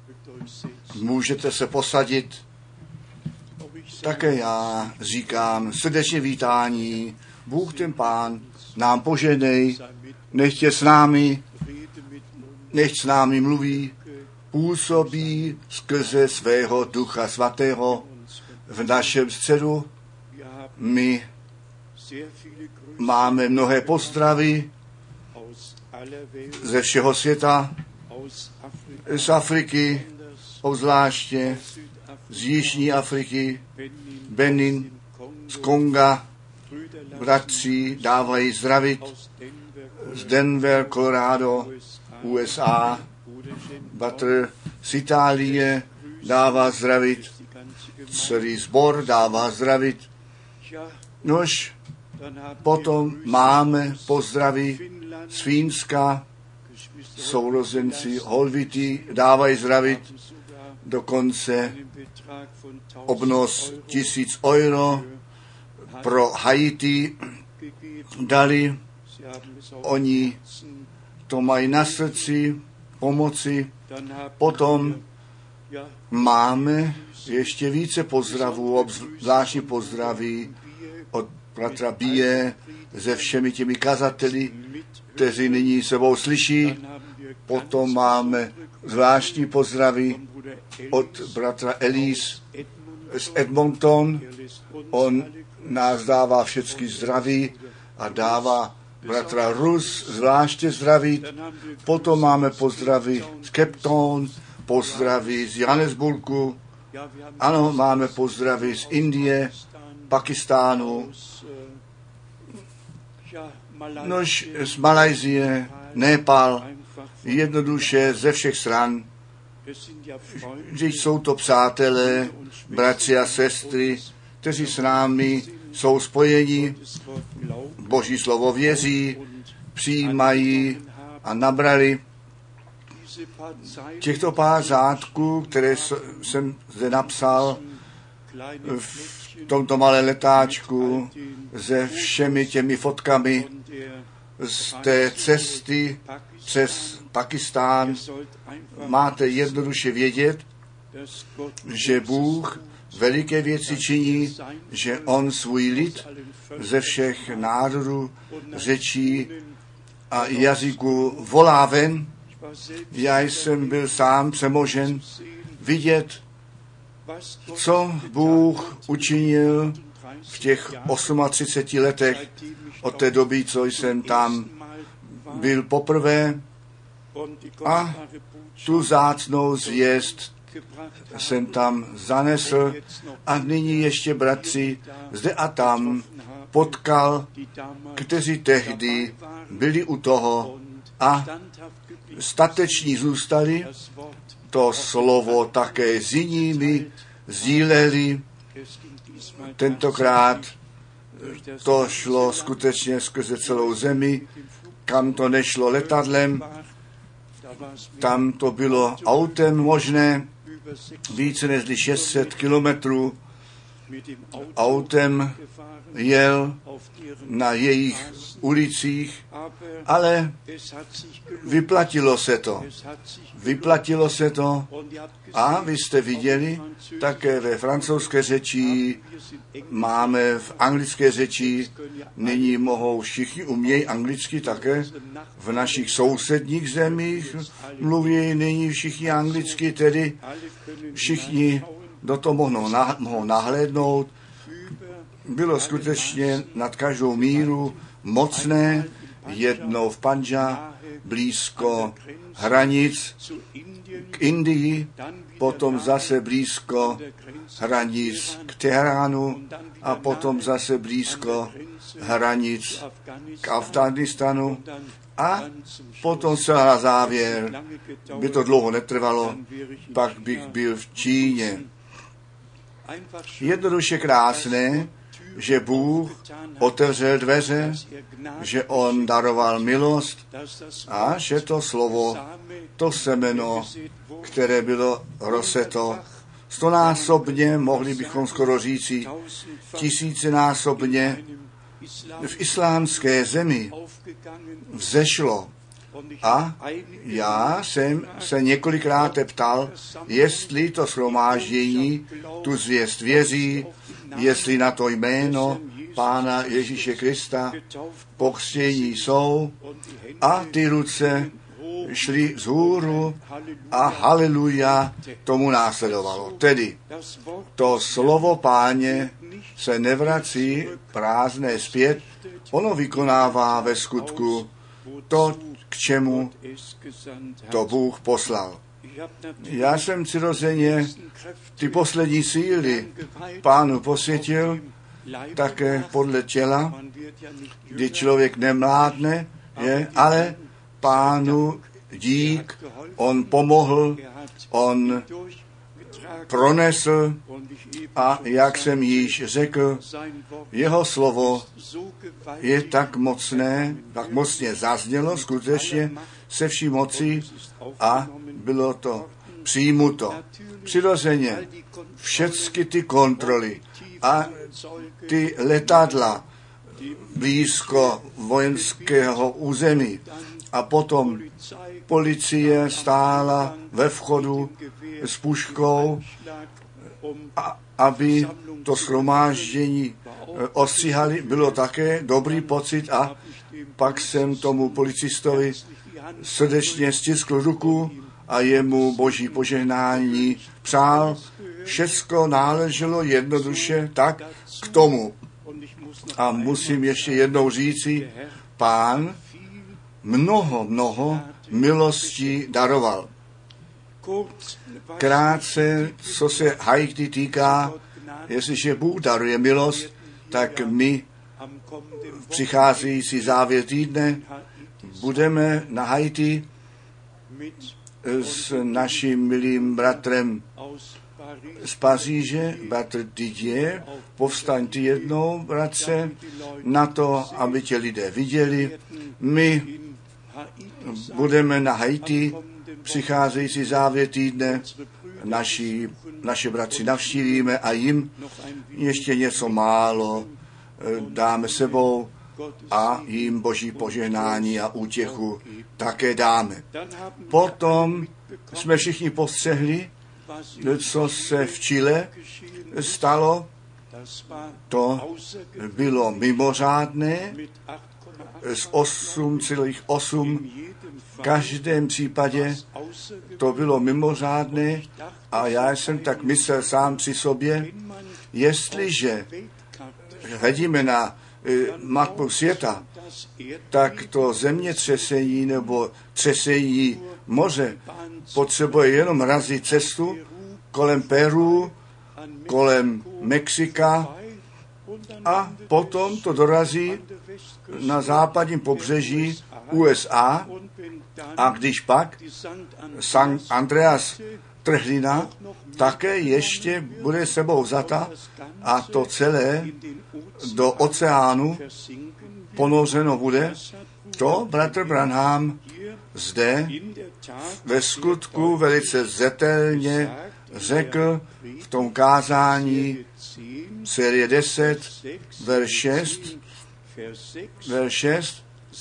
Můžete se posadit. Také já říkám srdečně vítání. Bůh ten Pán nám požehnej, nechť je s námi, nechť s námi mluví, působí skrze svého Ducha Svatého v našem středu. My máme mnohé pozdravy ze všeho světa, z Afriky, obzvláště z Jižní Afriky, Benin, z Konga, bratři dávají zdravit, z Denver, Colorado, USA, bratr z Itálie dává zdravit, celý sbor dává zdravit. Nož, potom máme pozdravy z Fínska, sourozenci Holvity dávají zdravit, dokonce obnos 1000 euro pro Haiti dali. Oni to mají na srdci, pomoci. Potom máme ještě více pozdravů, obzvláštní pozdraví od bratra Bie se všemi těmi kazateli, kteří nyní sebou slyší. Potom máme zvláštní pozdraví od bratra Elise z Edmonton. On nás dává všechny zdraví a dává bratra Rus zvláště zdravit. Potom máme pozdravy z Cape Town, pozdravy z Johannesburgu. Ano, máme pozdravy z Indie, Pakistánu, nož z Malajsie, Népal, jednoduše ze všech stran. Když jsou to přátelé, bratři a sestry, kteří s námi jsou spojeni, Boží slovo věří, přijímají a nabrali. Těchto pár řádků, které jsem zde napsal v tomto malé letáčku se všemi těmi fotkami z té cesty přes Pakistán, máte jednoduše vědět, že Bůh veliké věci činí, že on svůj lid ze všech národů, řečí a jazyků volá ven. Já jsem byl sám přemožen vidět, co Bůh učinil v těch 38 letech od té doby, co jsem tam byl poprvé, a tu vzácnou zvěst jsem tam zanesl a nyní ještě bratři zde a tam potkal, kteří tehdy byli u toho a stateční zůstali, to slovo také s jinými sdíleli. Tentokrát to šlo skutečně skrze celou zemi, kam to nešlo letadlem, tam to bylo autem možné, více než 600 kilometrů autem jel na jejich ulicích, ale vyplatilo se to a vy jste viděli, také ve francouzské řeči, máme v anglické řeči, nyní mohou všichni umějí anglicky také, v našich sousedních zemích mluví nyní všichni anglicky, tedy všichni do toho mohou nahlédnout. Bylo skutečně nad každou míru mocné, jednou v Pandža, blízko hranic k Indii, potom zase blízko hranic k Teheránu a potom zase blízko hranic k Afghánistanu a potom se na závěr, by to dlouho netrvalo, pak bych byl v Číně. Jednoduše krásné, že Bůh otevřel dveře, že on daroval milost a že to slovo, to semeno, které bylo roseto 100násobně, mohli bychom skoro říci 1000násobně v islámské zemi vzešlo A já jsem se několikrát ptal, jestli to shromáždění tu zvěst věří, jestli na to jméno Pána Ježíše Krista pokřtění jsou, a ty ruce šly vzhůru a haleluja tomu následovalo. Tedy to slovo Páně se nevrací prázdné zpět, ono vykonává ve skutku to, k čemu to Bůh poslal. Já jsem přirozeně ty poslední síly Pánu posvětil, také podle těla, kdy člověk nemládne, ale Pánu dík, on pomohl, on pronesl a jak jsem již řekl, jeho slovo je tak mocné, tak mocně zaznělo skutečně se vší mocí a bylo to přijímuto. Přirozeně všechny ty kontroly a ty letadla blízko vojenského území a potom policie stála ve vchodu s puškou, aby to shromáždění ostříhali. Bylo také dobrý pocit a pak jsem tomu policistovi srdečně stiskl ruku a jemu Boží požehnání přál. Všecko náleželo jednoduše tak k tomu. A musím ještě jednou říci, Pán mnoho milostí daroval. Krátce, co se Haiti týká, jestliže Bůh daruje milost, tak my v přicházející závěr týdne budeme na Haiti s naším milým bratrem z Paříže, bratr Didier. Povstaňte jednou, bratře, na to, aby tě lidé viděli. My budeme na Haiti přicházející závěr týdne, naše bratři navštívíme a jim ještě něco málo dáme sebou a jim Boží požehnání a útěchu také dáme. Potom jsme všichni postřehli, co se v Chile stalo. To bylo mimořádné z 8,8. V každém případě to bylo mimořádné a já jsem tak myslel sám při sobě, jestliže hledíme na mapu světa, tak to zemětřesení nebo třesení moře potřebuje jenom razit cestu kolem Peru, kolem Mexika a potom to dorazí na západním pobřeží USA a když pak San Andreas trhlina také ještě bude sebou vzata a to celé do oceánu ponořeno bude, to bratr Branham zde ve skutku velice zetelně řekl v tom kázání série 10, verš 6,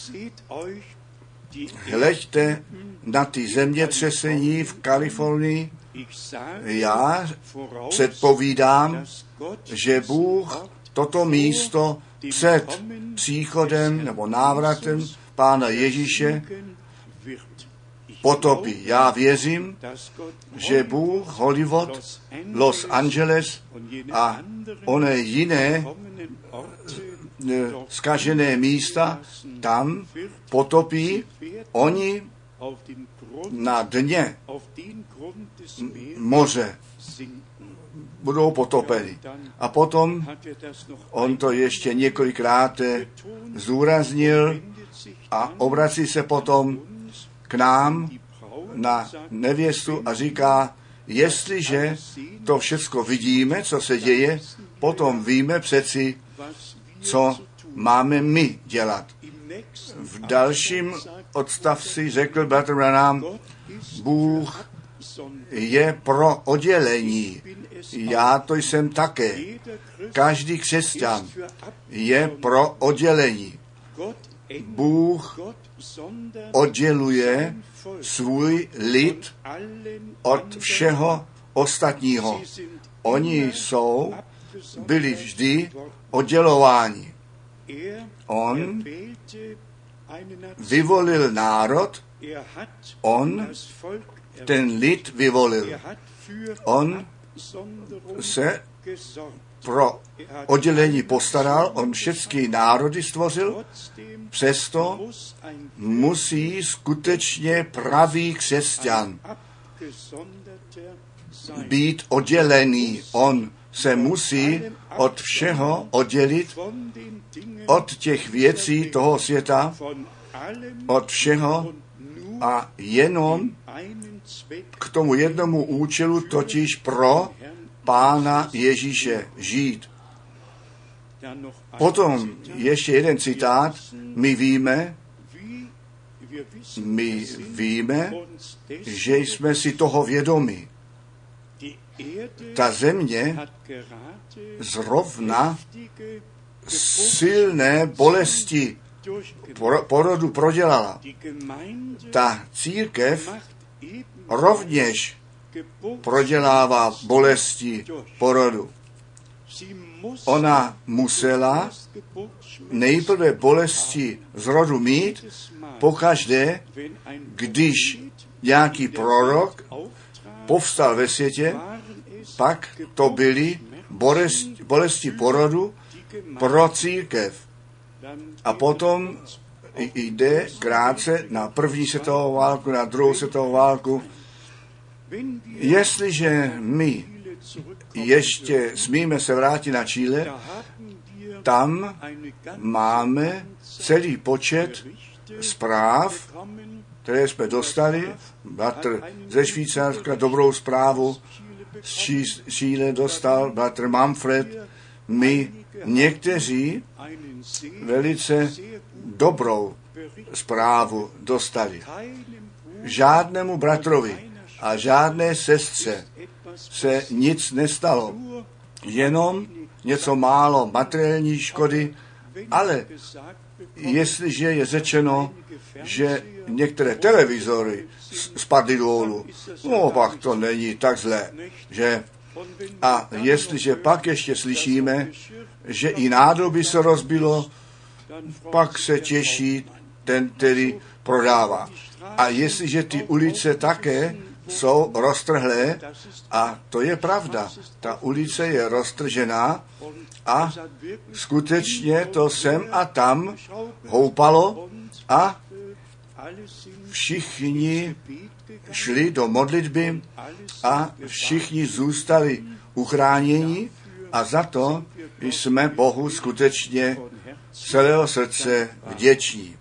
hleďte na ty zemětřesení v Kalifornii. Já předpovídám, že Bůh toto místo před příchodem nebo návratem Pána Ježíše potopí. Já věřím, že Bůh Hollywood, Los Angeles a oné jiné zkažené místa tam potopí. Oni na dně moře budou potopeni. A potom on to ještě několikrát zdůraznil a obrací se potom k nám na nevěstu a říká, jestliže to všecko vidíme, co se děje, potom víme přeci, co máme my dělat. V dalším odstavci řekl bratr Branham, Bůh je pro oddělení. Já to jsem také. Každý křesťan je pro oddělení. Bůh odděluje svůj lid od všeho ostatního. Oni byli vždy oddělováni. On vyvolil národ, on ten lid vyvolil. On se pro oddělení postaral, on všechny národy stvořil, přesto musí skutečně pravý křesťan být oddělený. On se musí od všeho oddělit, od těch věcí toho světa, od všeho a jenom k tomu jednomu účelu, totiž pro Pána Ježíše žít. Potom ještě jeden citát. My víme, že jsme si toho vědomi. Ta země zrovna silné bolesti porodu prodělala. Ta církev rovněž prodělává bolesti porodu. Ona musela nejprve bolesti z rodu mít, pokaždé, když nějaký prorok povstal ve světě, pak to byly bolesti porodu pro církev. A potom jde krátce na první světovou válku, na druhou světovou válku. Jestliže my ještě smíme se vrátit na Chile, tam máme celý počet zpráv, které jsme dostali. Bratr ze Švýcarska dobrou zprávu, z Chile dostal bratr Manfred. My někteří velice dobrou zprávu dostali. Žádnému bratrovi a žádné sestře se nic nestalo. Jenom něco málo materiální škody, ale jestliže je řečeno, že některé televizory spadly dolů, no pak to není tak zlé, že? A jestliže pak ještě slyšíme, že i nádoby se rozbilo, pak se těší ten, který prodává. A jestliže ty ulice také jsou roztrhlé, a to je pravda, ta ulice je roztržená a skutečně to sem a tam houpalo a všichni šli do modlitby a všichni zůstali uchráněni a za to jsme Bohu skutečně celého srdce vděční.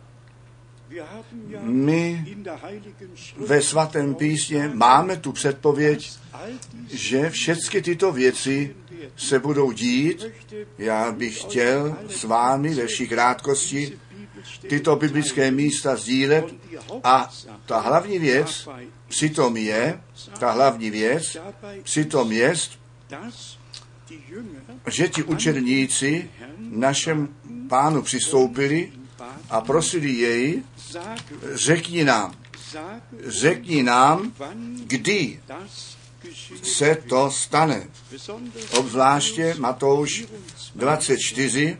My ve svatém písmě máme tu předpověď, že všechny tyto věci se budou dít. Já bych chtěl s vámi ve vší krátkosti tyto biblické místa sdílet a ta hlavní věc přitom je, že ti učedníci našem Pánu přistoupili a prosili jej, řekni nám, kdy se to stane. Obzvláště Matouš 24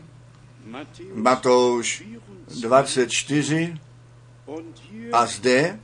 a zde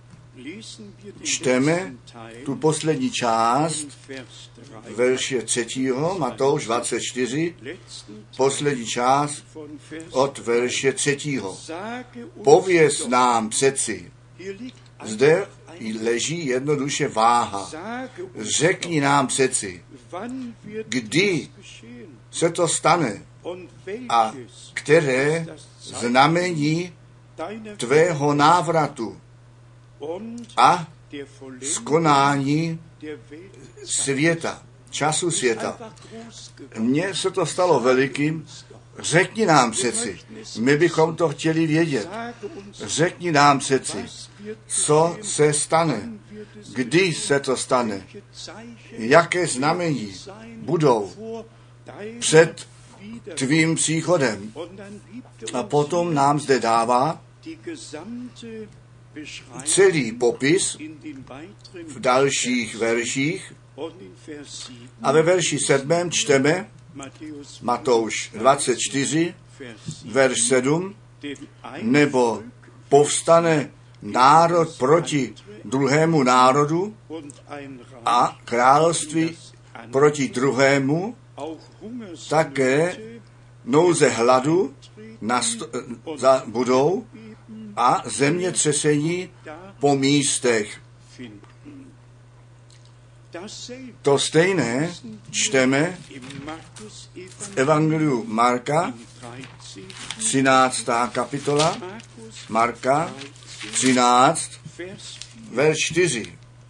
čteme tu poslední část verše 3. Matouš 24, poslední část od verše 3. Pověz nám přeci, zde leží jednoduše váha. Řekni nám přeci, kdy se to stane a které znamení tvého návratu a skonání světa, času světa. Mně se to stalo velikým. Řekni nám přeci, my bychom to chtěli vědět. Řekni nám přeci, co se stane, kdy se to stane, jaké znamení budou před tvým příchodem. A potom nám zde dává celý popis v dalších verších. A ve verši 7. čteme Matouš 24, verš 7, nebo povstane národ proti druhému národu a království proti druhému, také nouze hladu budou a zemětřesení po místech. To stejné čteme v Evangeliu Marka, 13. kapitola, Marka 13, verš 4.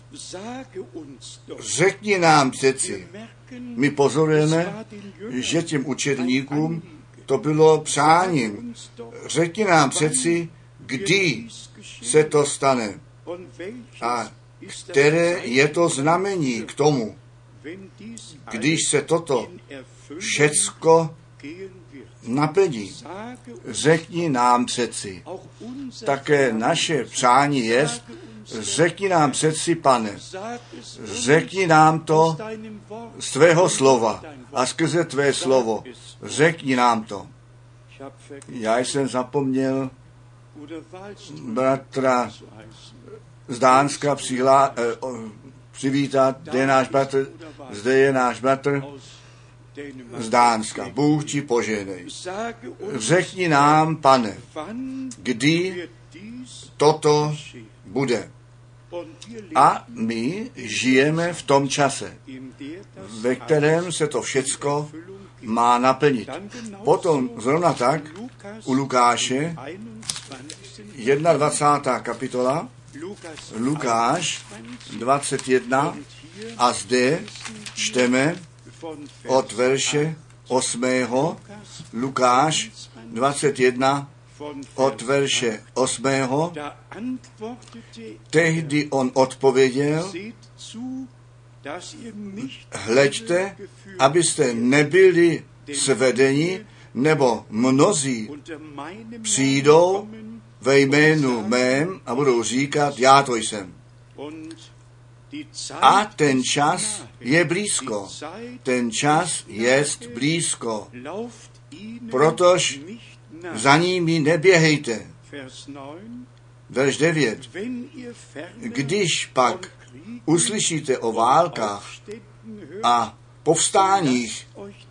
Řekni nám přeci, my pozorujeme, že těm učedníkům to bylo přáním. Řekni nám přeci, kdy se to stane a které je to znamení k tomu, když se toto všecko naplní. Řekni nám přeci. Také naše přání je, řekni nám přeci, Pane, řekni nám to z tvého slova a skrze tvé slovo. Řekni nám to. Já jsem zapomněl bratra z Dánska přivítat, kde je náš bratr, zde je náš bratr z Dánska. Bůh ti požehnej. Řekni nám, Pane, kdy toto bude. A my žijeme v tom čase, ve kterém se to všecko má naplnit. Potom zrovna tak u Lukáše, 21. kapitola, Lukáš 21 a zde čteme od verše 8. Lukáš 21 od verše 8. Tehdy on odpověděl, hleďte, abyste nebyli svedeni, nebo mnozí přijdou ve jménu mém a budou říkat, já to jsem. A ten čas je blízko. Ten čas jest blízko. Protož za nimi neběhejte. Verš 9. Když pak uslyšíte o válkách a povstáních,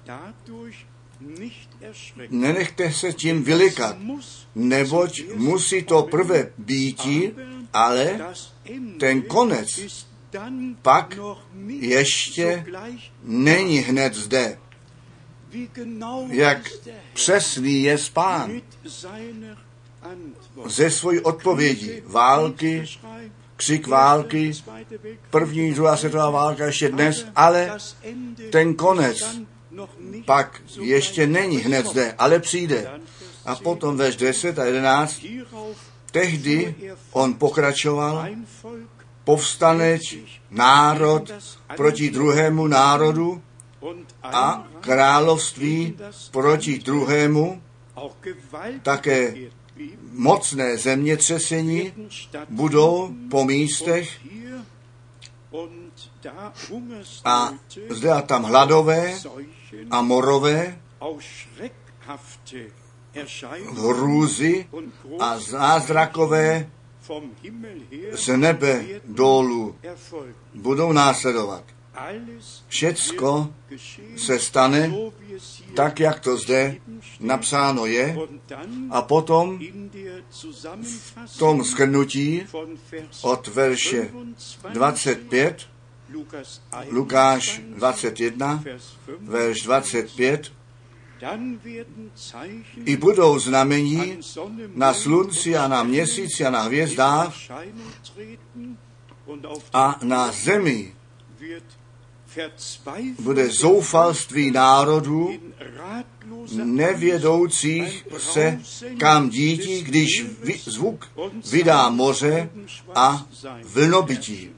nenechte se tím vylikat, neboť musí to prvé býti, ale ten konec pak ještě není hned zde. Jak přesný je Pán ze svojí odpovědi. Války, křik války, první, druhá světová válka ještě dnes, ale ten konec pak ještě není hned zde, ale přijde. A potom verš 10 a 11, tehdy on pokračoval, povstane národ proti druhému národu a království proti druhému, také mocné zemětřesení budou po místech a zde a tam hladové a morové, hrůzy a zázrakové z nebe dolů budou následovat. Všecko se stane tak, jak to zde napsáno je, a potom v tom shrnutí od verše 25, Lukáš 21, verš 25, i budou znamení na slunci a na měsíci a na hvězdách a na zemi bude zoufalství národů, nevědoucích se, kam dítí, když zvuk vydá moře a vlnobytí.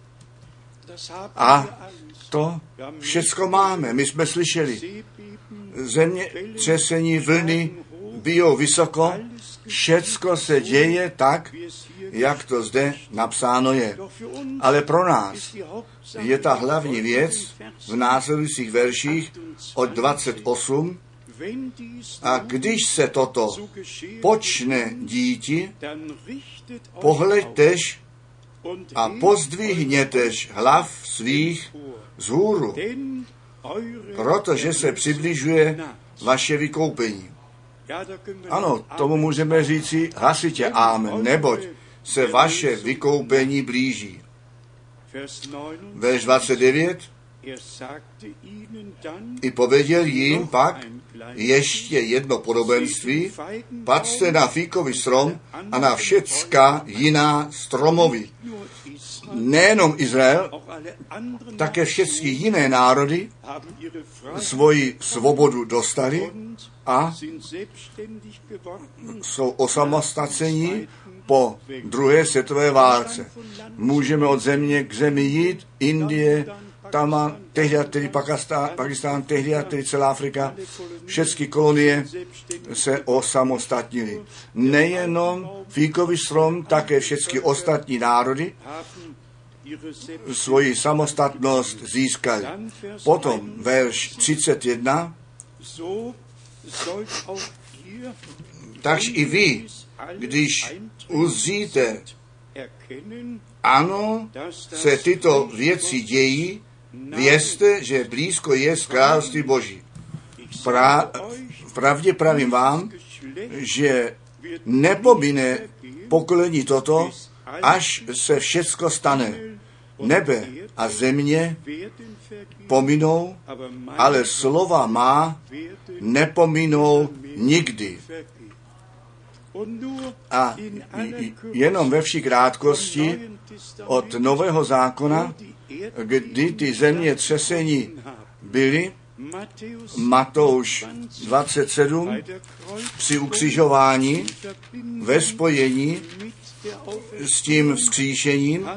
A to všecko máme. My jsme slyšeli zemětřesení, vlny bijou vysoko, všecko se děje tak, jak to zde napsáno je. Ale pro nás je ta hlavní věc v následujících verších od 28. A když se toto počne díti, pohleďtež a pozdvihnětež hlav svých vzhůru, protože se přibližuje vaše vykoupení. Ano, tomu můžeme říci hlasitě amen, neboť se vaše vykoupení blíží. Verš 29. I pověděl jim pak ještě jedno podobenství, patřte na fíkový strom a na všecka jiná stromoví. Nejenom Izrael, také všechny jiné národy svoji svobodu dostali a jsou osamostatnění po druhé světové válce. Můžeme od země k zemi jít, Indie, Tama, tehdy tedy Pakistán, tehdy tedy celá Afrika, všechny kolonie se osamostatnily. Nejenom fíkový strom, také všechny ostatní národy svoji samostatnost získali. Potom verš 31. Takže i vy, když uzříte, ano, se tyto věci dějí, vězte, že blízko je království Boží. Pravdě pravím vám, že nepomine pokolení toto, až se všecko stane. Nebe a země pominou, ale slova má nepominou nikdy. A jenom ve vší krátkosti od Nového zákona, kdy ty zemětřesení byly, Matouš 27 při ukřižování ve spojení s tím vzkříšením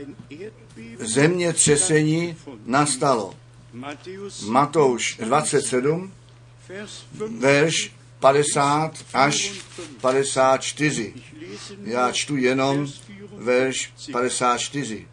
zemětřesení nastalo. Matouš 27, verš 50 až 54. Já čtu jenom verš 54.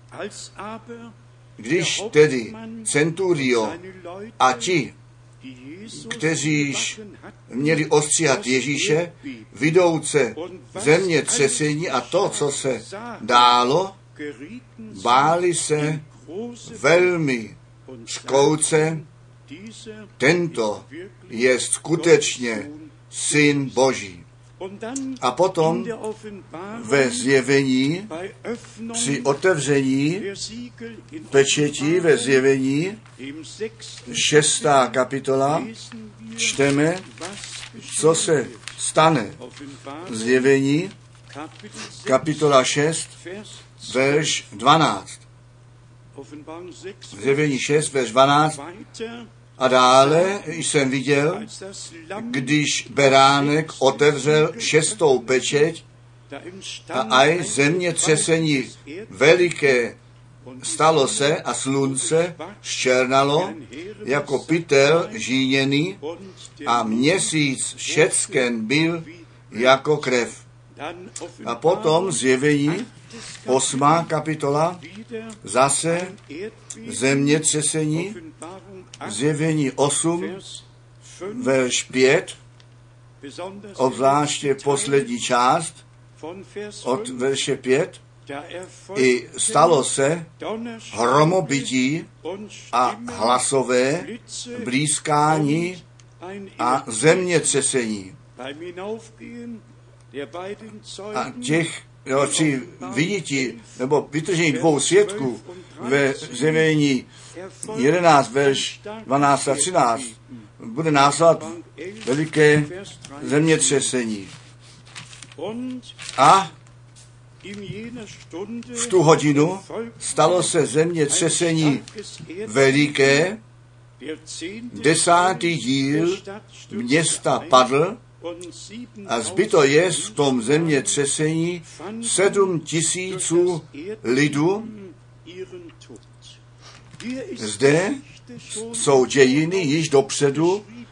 Když tedy centurio a ti, kteříž měli ostříhat Ježíše, vidouce zemětřesení a to, co se dálo, báli se velmi škouce, tento je skutečně Syn Boží. A potom ve zjevení, při otevření pečetí ve zjevení, 6. kapitola, čteme, co se stane. Zjevení, kapitola 6, verš 12. Zjevení 6, verš 12. A dále jsem viděl, když beránek otevřel 6. pečeť a aj zemětřesení veliké stalo se a slunce zčernalo jako pytel žíněný a měsíc všecken byl jako krev. A potom zjevení 8. kapitola, zase zemětřesení, zjevení 8, verš 5, obzvláště poslední část od verše 5, i stalo se hromobití a hlasové blízkání a zemětřesení. A těch při vidíti nebo vytržení 2 svědků ve zjevení 11, verš 12 a 13 bude následovat veliké zemětřesení. A v tu hodinu stalo se zemětřesení veliké, 10. díl města padl a zbyto je v tom zemětřesení 7 000 lidu. Zde jsou dějiny již dopředu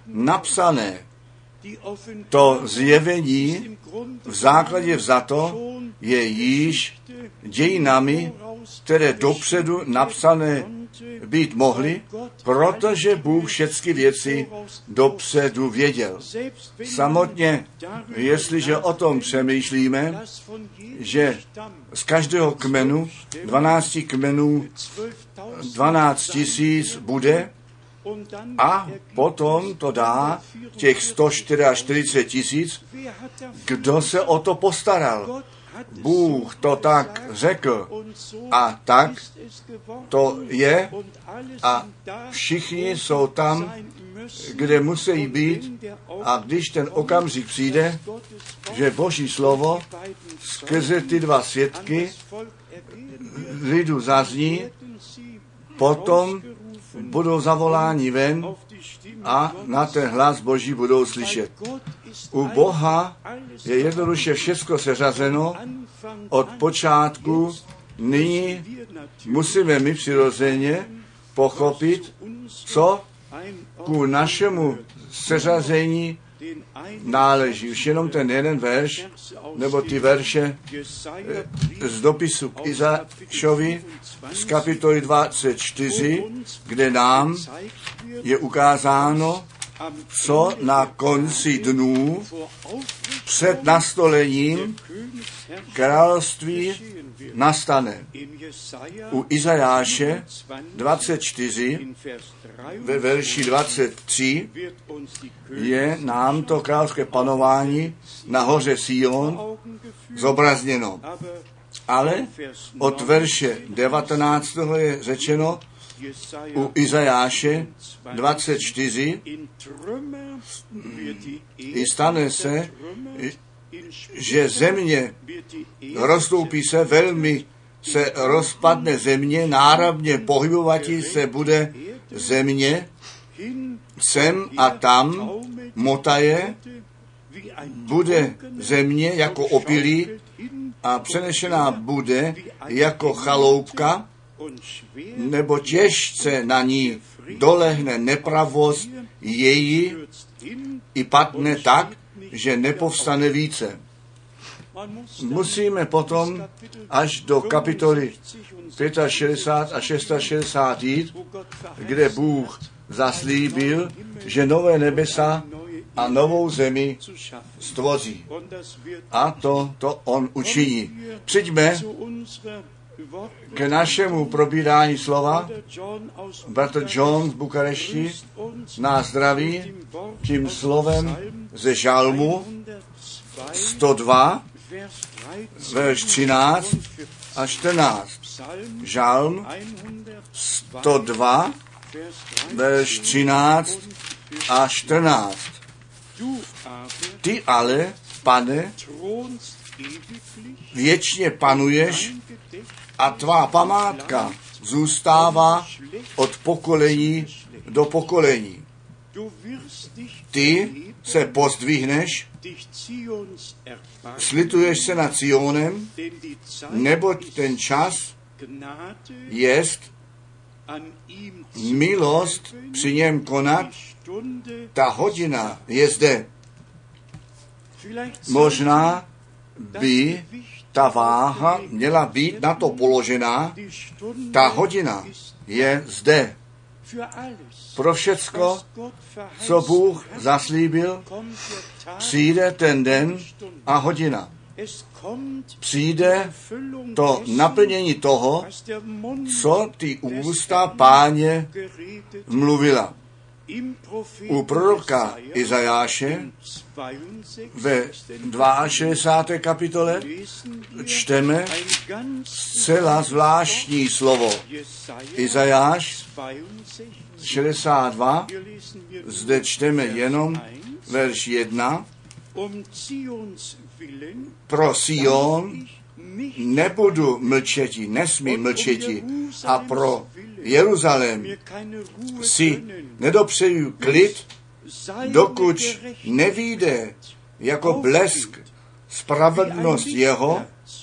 napsané. To zjevení v základě vzato je již dějinami, které dopředu napsané být mohly, protože Bůh všechny věci dopředu věděl. Samotně, jestliže o tom přemýšlíme, že z každého kmenu, 12 kmenů, 12 000 bude, a potom to dá těch 144 000, kdo se o to postaral. Bůh to tak řekl a tak to je a všichni jsou tam, kde musí být, a když ten okamžik přijde, že Boží slovo skrze ty dva svědky lidu zazní, potom budou zavoláni ven a na ten hlas Boží budou slyšet. U Boha je jednoduše všechno seřazeno od počátku. Nyní musíme my přirozeně pochopit, co ku našemu seřazení náleží. Už jenom ten jeden verš, nebo ty verše z dopisu k Izajášovi z kapitoly 24, kde nám je ukázáno, co na konci dnů před nastolením království nastane. U Izajáše 24 ve verši 23 je nám to královské panování na hoře Sion zobrazněno. Ale od verše 19 je řečeno u Izajáše 24, i stane se, že země rozstoupí se, velmi se rozpadne země, náramně pohybovatí se bude země, sem a tam motaje, bude země jako opilí a přenešená bude jako chaloupka, nebo těžce na ní dolehne nepravost její i padne tak, že nepovstane více. Musíme potom až do kapitoly 65 a 660 jít, kde Bůh zaslíbil, že nové nebesa a novou zemi stvoří. A to on učiní. Přijďme k našemu probírání slova. Bratr John z Bukarešti nás zdraví tím slovem ze žalmu 102, verš 13 a 14. Žalm 102, verš 13 a 14. Ty ale, Pane, věčně panuješ a tvá památka zůstává od pokolení do pokolení. Ty se pozdvihneš, slituješ se nad Sionem, neboť ten čas jest milost při něm konat, ta hodina je zde. Možná by ta váha měla být na to položená, ta hodina je zde. Pro všecko, co Bůh zaslíbil, přijde ten den a hodina. Přijde to naplnění toho, co ty ústa Páně mluvila. U proroka Izajáše ve 62. kapitole čteme zcela zvláštní slovo. Izajáš 62, zde čteme jenom verš 1. Pro Sion nebudu mlčeti, nesmím mlčeti, a pro Jeruzalém si nedopřeju klid, dokud nevyjde jako blesk spravedlnost jeho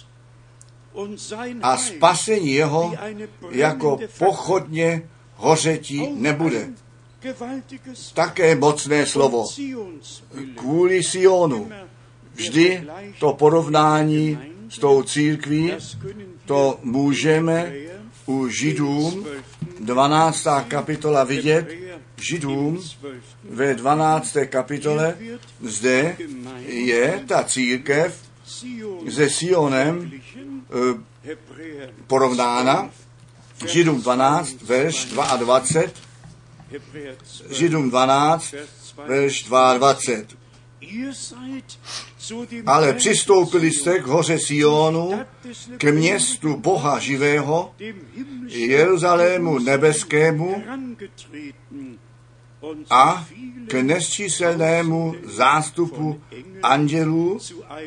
a spasení jeho jako pochodně hořetí nebude. také mocné slovo. Kvůli Sionu. Vždy to porovnání s tou církví, to můžeme u Židům 12. kapitola vidět. Židům ve 12. kapitole zde je ta církev se Sionem porovnána. Židům 12, verš 22. Židům 12, verš 22. Ale přistoupili jste k hoře Sionu, k městu Boha živého, Jeruzalému nebeskému a k nesčíselnému zástupu andělů,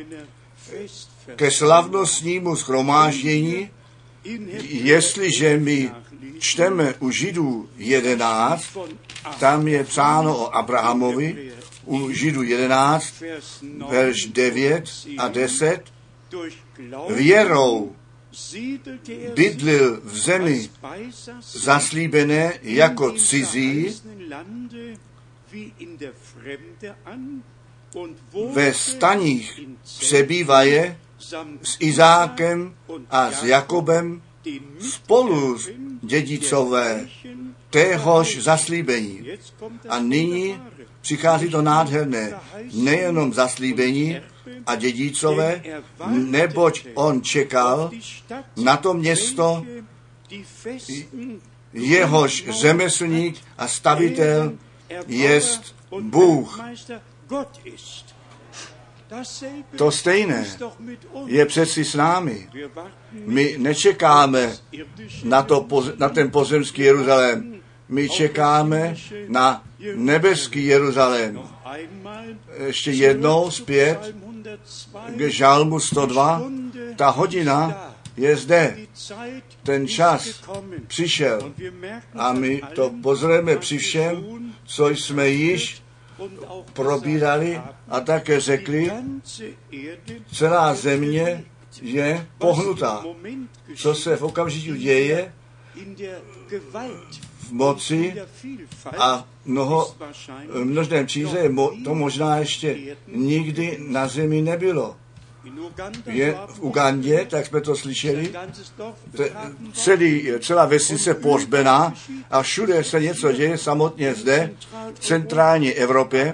ke slavnostnímu shromáždění, jestliže my čteme u Židů 11, tam je psáno o Abrahamovi, u Židů 11, verš 9 a 10, věrou bydlil v zemi zaslíbené jako cizí, ve staních přebývaje s Izákem a s Jakobem spolu dědicové téhož zaslíbení. A nyní přichází to nádherné, nejenom zaslíbení a dědicové, neboť on čekal na to město, jehož řemeslník a stavitel jest Bůh. To stejné je přeci s námi. My nečekáme na ten pozemský Jeruzalém. My čekáme na nebeský Jeruzalém. Ještě jednou zpět k Žalmu 102. Ta hodina je zde. Ten čas přišel. A my to pozorujeme při všem, co jsme již probírali a také řekli, celá země je pohnutá. Co se v okamžiku děje v moci a množném čísle, to možná ještě nikdy na zemi nebylo. Je v Ugandě, tak jsme to slyšeli, celá vesnice pohřbená a všude se něco děje, samotně zde, v centrální Evropě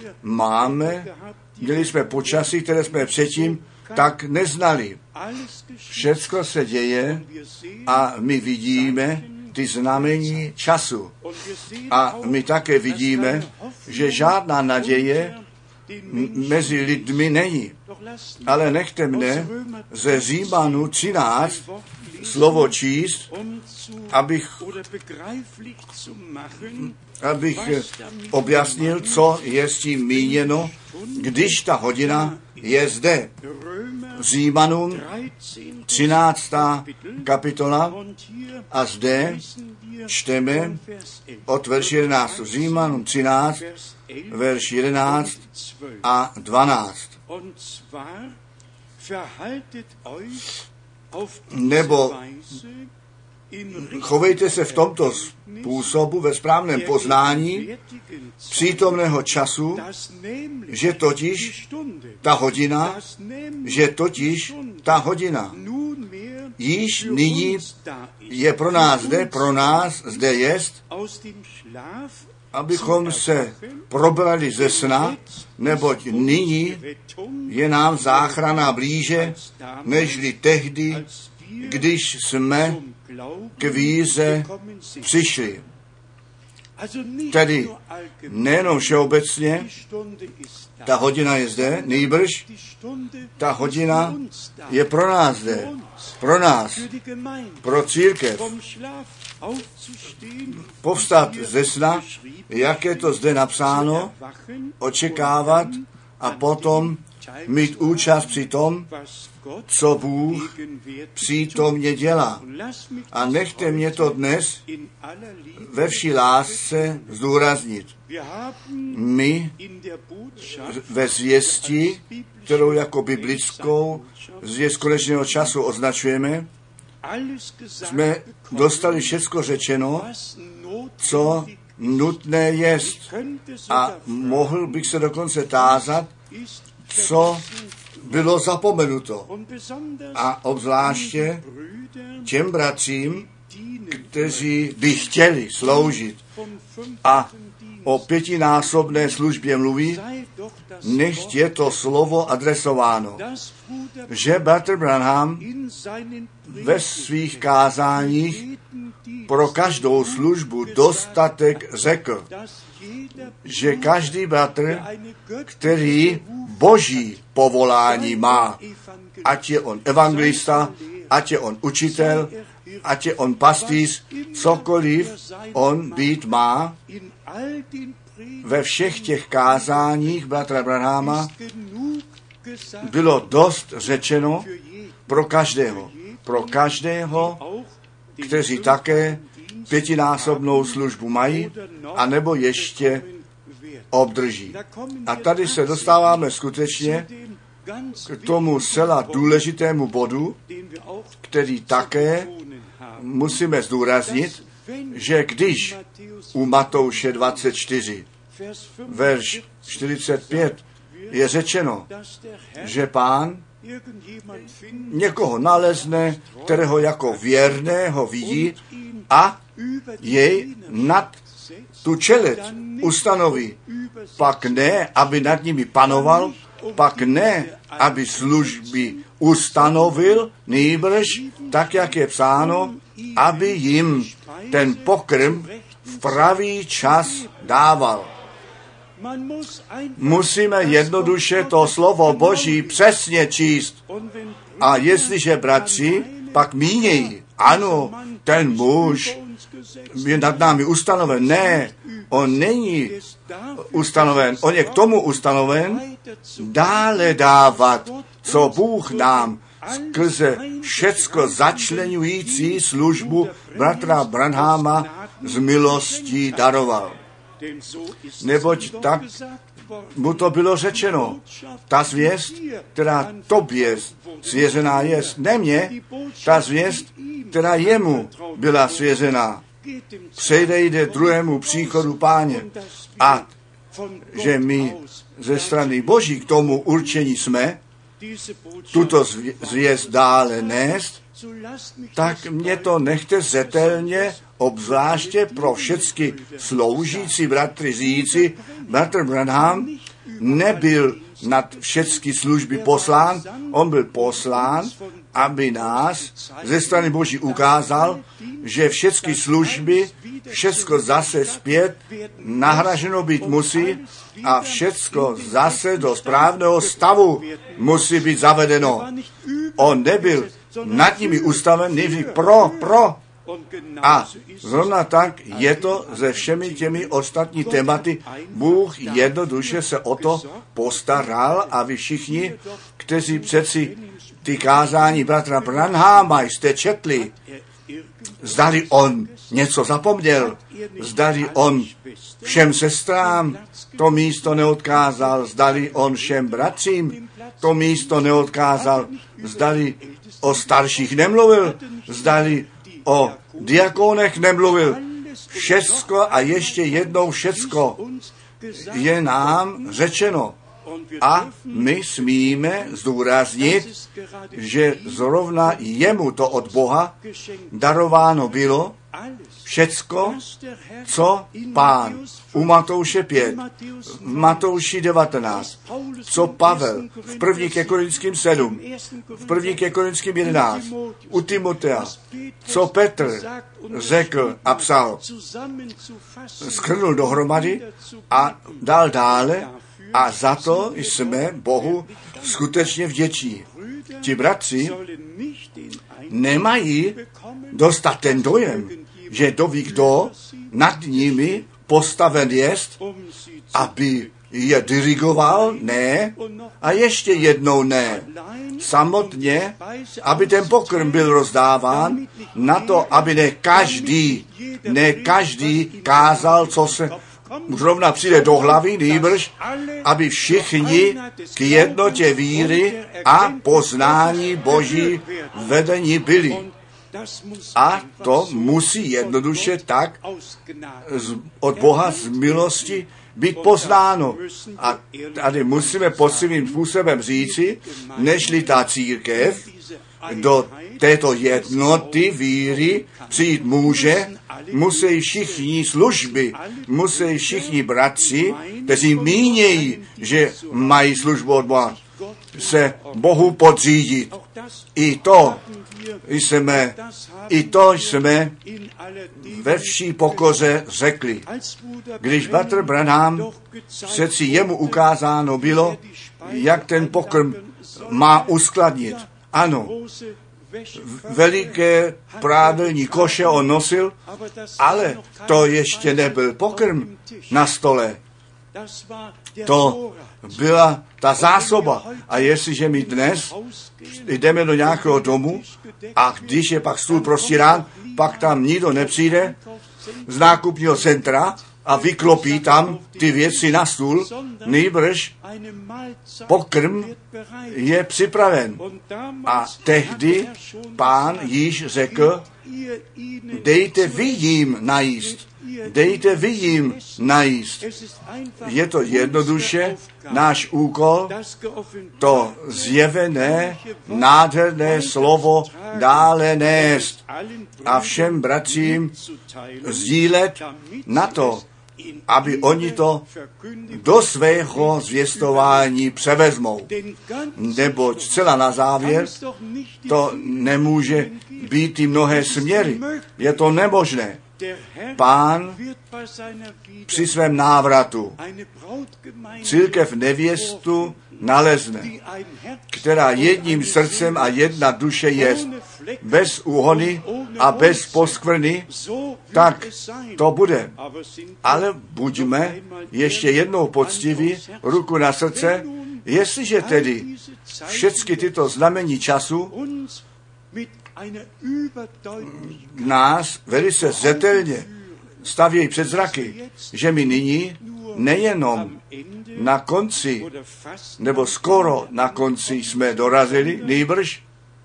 měli jsme počasí, které jsme předtím tak neznali. Všecko se děje a my vidíme ty znamení času. A my také vidíme, že žádná naděje mezi lidmi není. Ale nechte mne ze Římanů 13 slovo číst, abych objasnil, co je s tím míněno, když ta hodina je zde. Římanům 13. kapitola a zde čteme od verše 11. Římanům 13, verš 11 a 12. Nebo chovejte se v tomto způsobu ve správném poznání přítomného času, že totiž ta hodina již nyní je pro nás zde jest, abychom se probrali ze sna, neboť nyní je nám záchrana blíže, nežli tehdy, když jsme k víře přišli. Tedy nejenom všeobecně, ta hodina je zde, nýbrž ta hodina je pro nás zde, pro nás, pro církev. Povstat ze sna, jak je to zde napsáno, očekávat a potom mít účast při tom, co Bůh přítomně dělá. A nechte mě to dnes ve vší lásce zdůraznit. My ve zvěsti, kterou jako biblickou zvěst konečného času označujeme, jsme dostali všecko řečeno, co nutné jest. A mohl bych se dokonce tázat, co bylo zapomenuto. A obzvláště těm bratřím, kteří by chtěli sloužit a o 5násobné službě mluví, nechť je to slovo adresováno, že bratr Branham ve svých kázáních pro každou službu dostatek řekl, že každý bratr, který boží povolání má, ať je on evangelista, ať je on učitel, ať je on pastýř, cokoliv on být má, ve všech těch kázáních bratra Branhama bylo dost řečeno pro každého, kteří také 5násobnou službu mají, anebo ještě obdrží. A tady se dostáváme skutečně k tomu zcela důležitému bodu, který také musíme zdůraznit, že když u Matouše 24, verš 45 je řečeno, že Pán někoho nalezne, kterého jako věrného vidí a jej nad tu čeleď ustanoví. Pak ne, aby nad nimi panoval, pak ne, aby služby ustanovil, nýbrž, tak jak je psáno, aby jim ten pokrm v pravý čas dával. Musíme jednoduše to slovo Boží přesně číst. A jestliže bratři pak mínějí, ano, ten muž je nad námi ustanoven. Ne, on není ustanoven. On je k tomu ustanoven dále dávat, co Bůh nám skrze všecko začleňující službu bratra Branhama z milostí daroval. Neboť tak mu to bylo řečeno. Ta zvěst, která tobě svěřená je, ne mně, ta zvěst, která jemu byla svěřená, jde druhému příchodu Páně. A že my ze strany Boží k tomu určení jsme, tuto zvěst dále nést, tak mě to nechte zřetelně, obzvláště pro všechny sloužící bratry říci, bratr Branham nebyl nad všechny služby poslán, on byl poslán, aby nás ze strany Boží ukázal, že všechny služby, všecko zase zpět nahraženo být musí a všecko zase do správného stavu musí být zavedeno. On nebyl nad nimi ustaven, nebyl pro. A zrovna tak je to se všemi těmi ostatní tématy. Bůh jednoduše se o to postaral a vy všichni, kteří přeci ty kázání bratra Branhama jste četli, zdali on něco zapomněl, zdali on všem sestrám to místo neodkázal, zdali on všem bratřím to místo neodkázal, zdali o starších nemluvil, zdali o diakonech nemluvil. Všecko a ještě jednou všecko je nám řečeno. A my smíme zdůraznit, že zrovna jemu to od Boha darováno bylo, všecko, co Pán u Matouše 5, v Matouši 19, co Pavel v 1. ke Korinským 7, v 1. ke Korinským 11, u Timotea, co Petr řekl a psal, shrnul dohromady a dal dále a za to jsme Bohu skutečně vděční. Ti bratři nemají dostat ten dojem, že doví, kdo nad nimi postaven jest, aby je dirigoval, ne, a ještě jednou ne. Samotně, aby ten pokrm byl rozdáván, na to, aby ne každý kázal, co se zrovna přijde do hlavy, nýbrž, aby všichni k jednotě víry a poznání Boží vedení byli. A to musí jednoduše tak od Boha z milosti být poznáno. A tady musíme poctivým způsobem říci, nežli ta církev do této jednoty víry přijít může, musí všichni služby, musí všichni bratři, kteří mínějí, že mají službu od Boha, se Bohu podřídit. I to jsme ve vší pokoře řekli. Když bratr Branham přeci jemu ukázáno bylo, jak ten pokrm má uskladnit. Ano, veliké prádelní koše on nosil, ale to ještě nebyl pokrm na stole. To byla ta zásoba. A jestliže my dnes jdeme do nějakého domu a když je pak stůl prostírán, pak tam nikdo nepřijde z nákupního centra a vyklopí tam ty věci na stůl, nýbrž pokrm je připraven. A tehdy Pán již řekl, dejte vy jim najíst. Dejte vy jim najíst. Je to jednoduše náš úkol, to zjevené, nádherné slovo dále nést a všem bratřím sdílet na to, aby oni to do svého zvěstování převezmou. Neboť zcela na závěr to nemůže být i mnohé směry. Je to nemožné. Pán při svém návratu církev nevěstu nalezne, která jedním srdcem a jedna duše jest, bez úhony a bez poskvrny, tak to bude. Ale buďme ještě jednou poctiví, ruku na srdce, jestliže tedy všechny tyto znamení času nás velice zřetelně stavějí před zraky, že my nyní nejenom na konci, nebo skoro na konci jsme dorazili, nýbrž,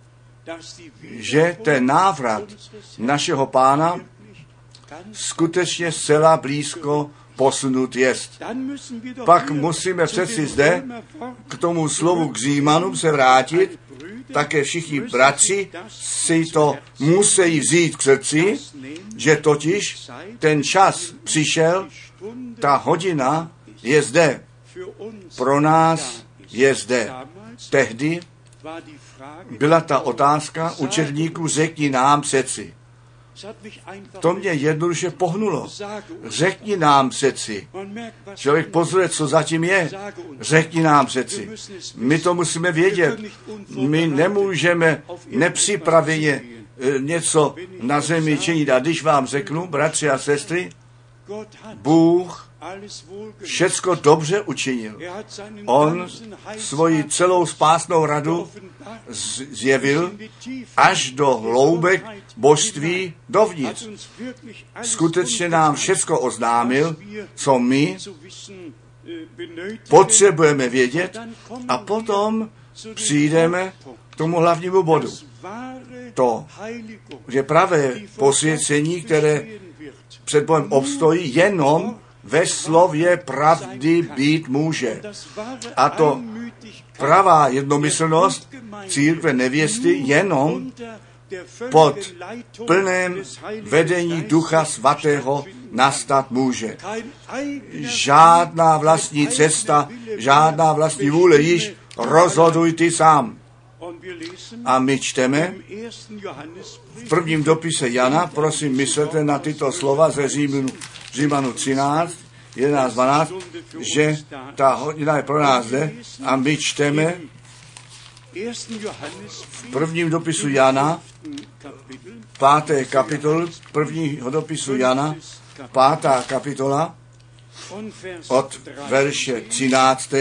že ten návrat našeho Pána skutečně zcela blízko posunut jest. Pak musíme přeci zde k tomu slovu k Římanům se vrátit, také všichni bratři si to musí vzít k srdci, že totiž ten čas přišel, ta hodina je zde. Pro nás je zde. Tehdy byla ta otázka učedníků, řekni nám přeci. To mě jednoduše pohnulo. Řekni nám přeci. Člověk pozoruje, co zatím je. Řekni nám přeci. My to musíme vědět. My nemůžeme nepřipraveně něco na zemi činit. A když vám řeknu, bratři a sestry, Bůh všecko dobře učinil. On svoji celou spásnou radu zjevil až do hloubek božství dovnitř. Skutečně nám všecko oznámil, co my potřebujeme vědět a potom přijdeme k tomu hlavnímu bodu. To, že pravé posvěcení, které před Bohem obstojí, jenom ve slově pravdy být může. A to pravá jednomyslnost církve nevěsty jenom pod plném vedení Ducha Svatého nastat může. Žádná vlastní cesta, žádná vlastní vůle, již rozhoduj ty sám. A my čteme v prvním dopise Jana, prosím, myslete na tyto slova ze Římanů 13, 11, 12, že ta hodina je pro nás zde a my čteme v prvním dopisu Jana, 5. kapitol, prvního dopisu Jana, 5. kapitola, od verše 13.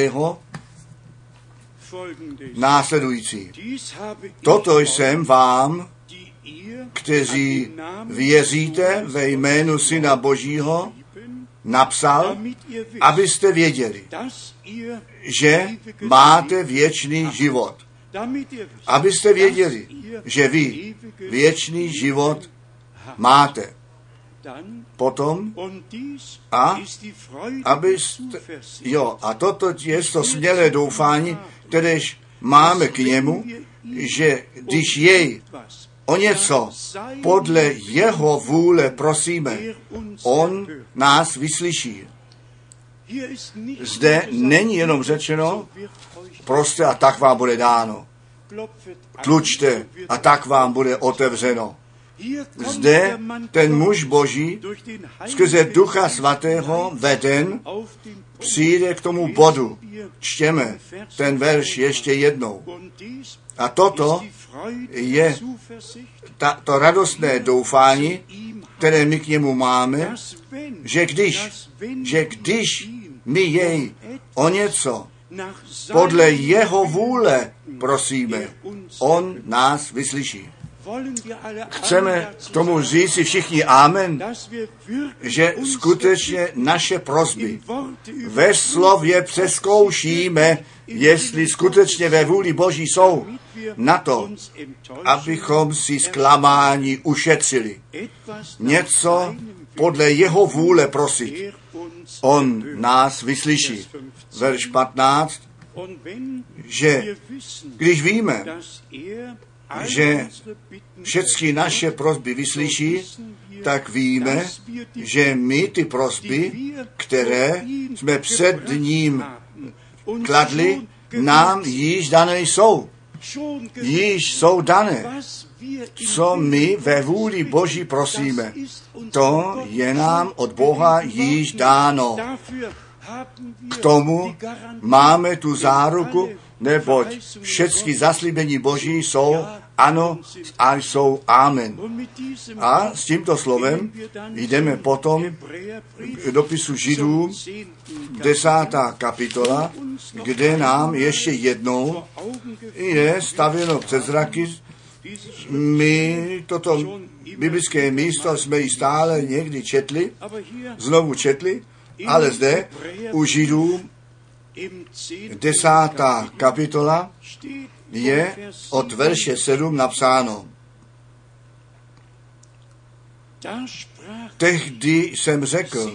následující. Toto jsem vám, kteří věříte ve jménu Syna Božího, napsal, abyste věděli, že máte věčný život. abyste věděli, že vy věčný život máte. Potom, a toto je to smělé doufání, kteréž máme k němu, že když jej o něco podle jeho vůle prosíme, on nás vyslyší. Zde není jenom řečeno, prostě a tak vám bude dáno. Tlučte a tak vám bude otevřeno. Zde ten muž Boží skrze Ducha Svatého veden přijde k tomu bodu. Čtěme ten verš ještě jednou. A toto je to radostné doufání, které my k němu máme, že když my jej o něco podle jeho vůle prosíme, on nás vyslyší. Chceme k tomu říct si všichni amen, že skutečně naše prosby ve slově přezkoušíme, jestli skutečně ve vůli Boží jsou, na to, abychom si zklamání ušetřili. Něco podle jeho vůle prosit. On nás vyslyší. Verš 15, že když víme, že všechny naše prosby vyslyší, tak víme, že my ty prosby, které jsme před ním kladli, nám již dané jsou. Již jsou dané. Co my ve vůli Boží prosíme, to je nám od Boha již dáno. K tomu máme tu záruku, neboť všechny zaslíbení Boží jsou ano a jsou amen. A s tímto slovem jdeme potom k dopisu Židům, 10. kapitola, kde nám ještě jednou je stavěno před zraky. My toto biblické místo jsme ji stále někdy znovu četli, ale zde u Židů 10. kapitola je od verše 7 napsáno. Tehdy jsem řekl,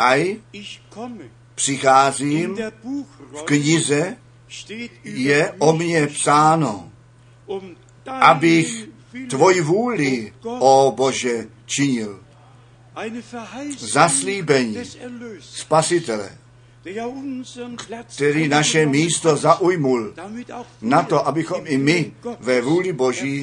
přicházím, v knize je o mně psáno, abych tvoji vůli, ó Bože, činil. Zaslíbení Spasitele, který naše místo zaujmul, na to, abychom i my ve vůli Boží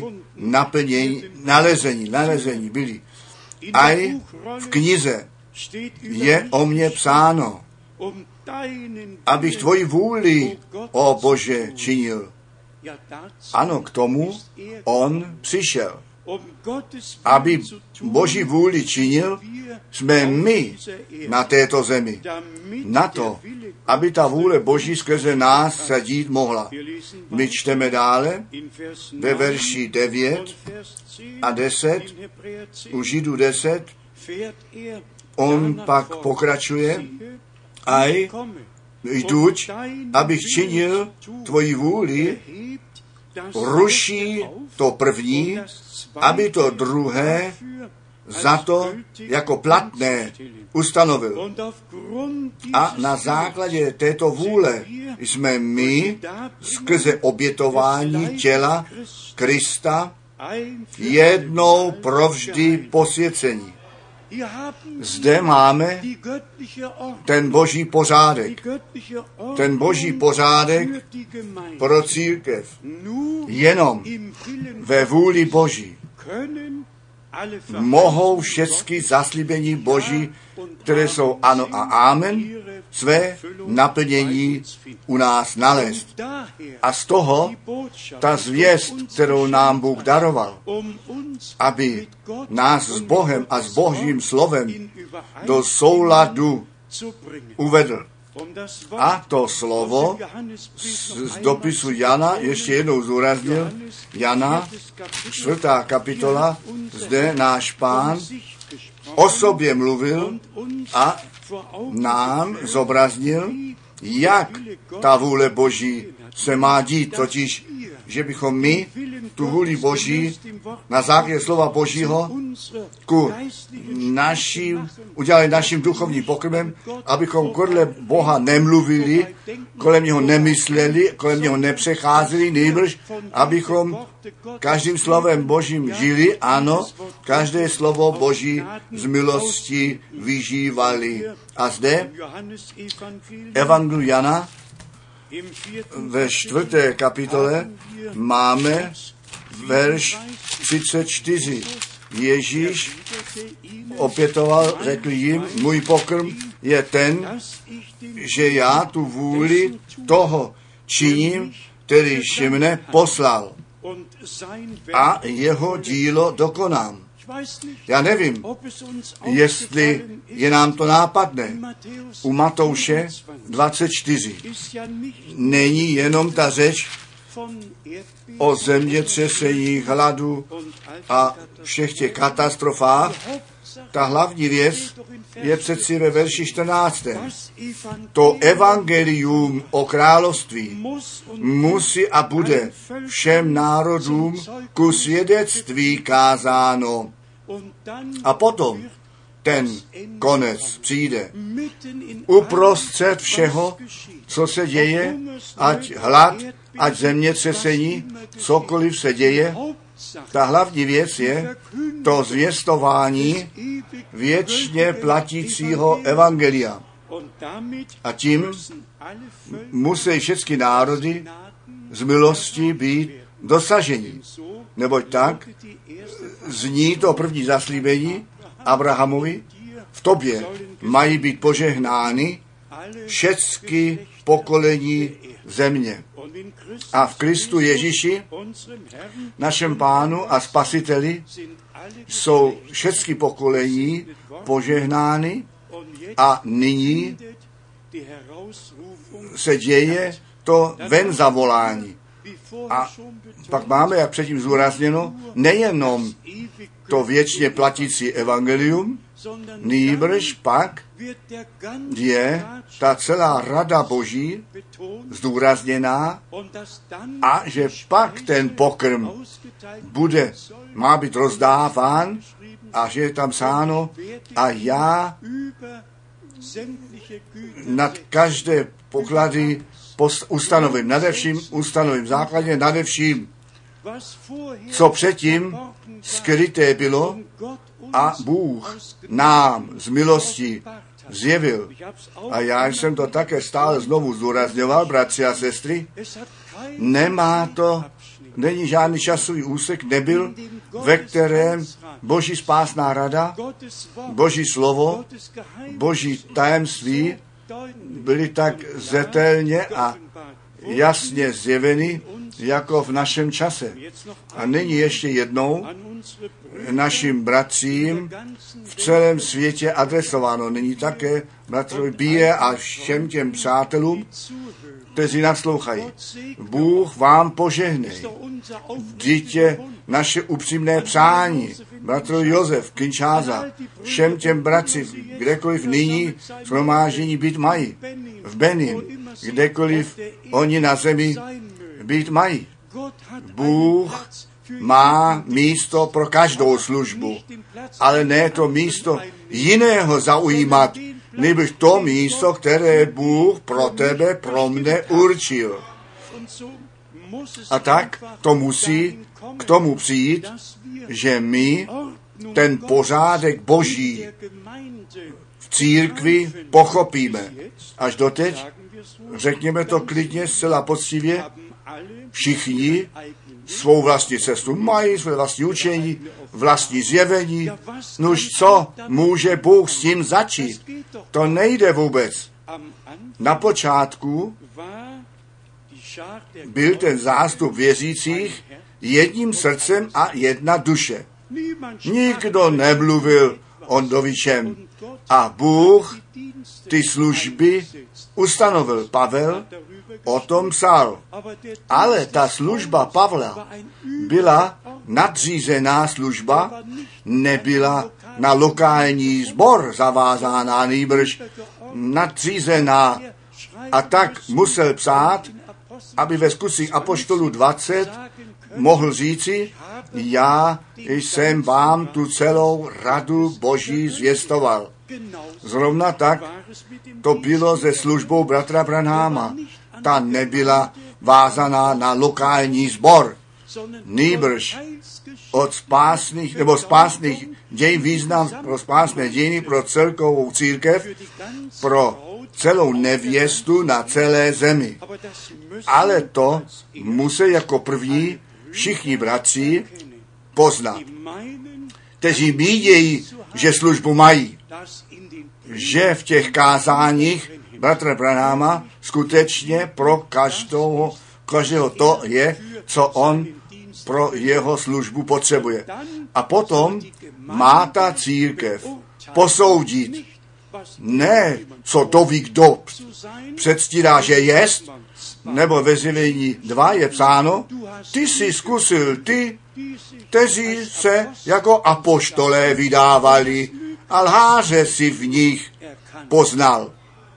nalezení byli. A v knize je o mně psáno, abych tvoji vůli, ó Bože, činil. Ano, k tomu on přišel. Aby Boží vůli činil, jsme my na této zemi. Na to, aby ta vůle Boží skrze nás se dít mohla. My čteme dále ve verši 9 a 10, u Židů 10, on pak pokračuje, jduť, abych činil tvoji vůli, ruší to první, aby to druhé za to jako platné ustanovil. A na základě této vůle jsme my skrze obětování těla Krista jednou provždy posvěcení. Zde máme ten Boží pořádek. Ten Boží pořádek pro církev. Jenom ve vůli Boží mohou všechny zaslíbení Boží, které jsou ano a amen, své naplnění u nás nalézt. A z toho ta zvěst, kterou nám Bůh daroval, aby nás s Bohem a s Božím slovem do souladu uvedl. A to slovo z dopisu Jana ještě jednou zúraznil. Jana, 4. kapitola, zde náš Pán o sobě mluvil a nám zobraznil, jak ta vůle Boží se má dít, totiž že bychom my tu vůli Boží na základě slova Božího udělali naším duchovním pokrmem, abychom kolem Boha nemluvili, kolem něho nemysleli, kolem něho nepřecházeli, nýbrž abychom každým slovem Božím žili, ano, každé slovo Boží z milosti vyžívali. A zde Evangelium Jana ve 4. kapitole máme verš 34. Ježíš opětoval, řekl jim, můj pokrm je ten, že já tu vůli toho činím, kterýž mne poslal a jeho dílo dokonám. Já nevím, jestli je nám to nápadné. U Matouše 24 není jenom ta řeč o zemětřeseních, hladu a všech těch katastrofách. Ta hlavní věc je přeci ve verši 14. To evangelium o království musí a bude všem národům ku svědectví kázáno. A potom ten konec přijde. Uprostřed všeho, co se děje, ať hlad, ať zemětřesení, cokoliv se děje, ta hlavní věc je to zvěstování věčně platícího evangelia. A tím musí všechny národy z milosti být dosaženi. Neboť tak zní to první zaslíbení Abrahamovi, v tobě mají být požehnány všechny pokolení země. A v Kristu Ježíši, našem Pánu a Spasiteli, jsou všechny pokolení požehnány a nyní se děje to ven zavolání. A pak máme, jak předtím zdůrazněno, nejenom to věčně platící evangelium, nýbrž pak je ta celá rada Boží zdůrazněná a že pak ten pokrm má být rozdáván a že je tam psáno a já nad každé poklady ustanovím, ustanovím základně nadevším, co předtím skryté bylo a Bůh nám z milosti zjevil. A já jsem to také stále znovu zdůrazňoval, bratři a sestry, není žádný časový úsek, nebyl, ve kterém Boží spásná rada, Boží slovo, Boží tajemství byly tak zetelně a jasně zjeveny, jako v našem čase. A nyní ještě jednou našim bratřím v celém světě adresováno. Nyní také bratrovi Bíje a všem těm přátelům, kteří naslouchají. Bůh vám požehnej. Dítě naše upřímné přání. Bratrovi Josef, Kinčáza, všem těm bratřím, kdekoliv nyní shromáždění být mají. V Benin, kdekoliv oni na zemi být mají. Bůh má místo pro každou službu, ale ne to místo jiného zaujímat, nebož to místo, které Bůh pro tebe, pro mne určil. A tak to musí k tomu přijít, že my ten pořádek Boží v církvi pochopíme. Až doteď, řekněme to klidně, zcela poctivě, všichni svou vlastní cestu mají, své vlastní učení, vlastní zjevení. Nož co může Bůh s tím začít? To nejde vůbec. Na počátku byl ten zástup věřících jedním srdcem a jedna duše. Nikdo nemluvil o dovičem. A Bůh ty služby ustanovil. Pavel o tom psal. Ale ta služba Pavla byla nadřízená služba, nebyla na lokální sbor zavázána, nýbrž nadřízená. A tak musel psát aby ve Skutcích apoštolů 20 mohl říci, já jsem vám tu celou radu Boží zvěstoval. Zrovna tak to bylo se službou bratra Branhama. Ta nebyla vázaná na lokální sbor, nýbrž od spásných dějin význam pro spásné dějiny, pro celkovou církev, pro celou nevěstu na celé zemi. Ale to musí jako první všichni bratři poznat, kteří mídějí, že službu mají, že v těch kázáních bratra Branhama skutečně pro každého to je, co on pro jeho službu potřebuje. A potom má ta církev posoudit, ne co to ví kdo předstírá, že jest, nebo ve Zjevení 2 je psáno, ty jsi zkusil ty, kteří se jako apoštolé vydávali a lháře si v nich poznal.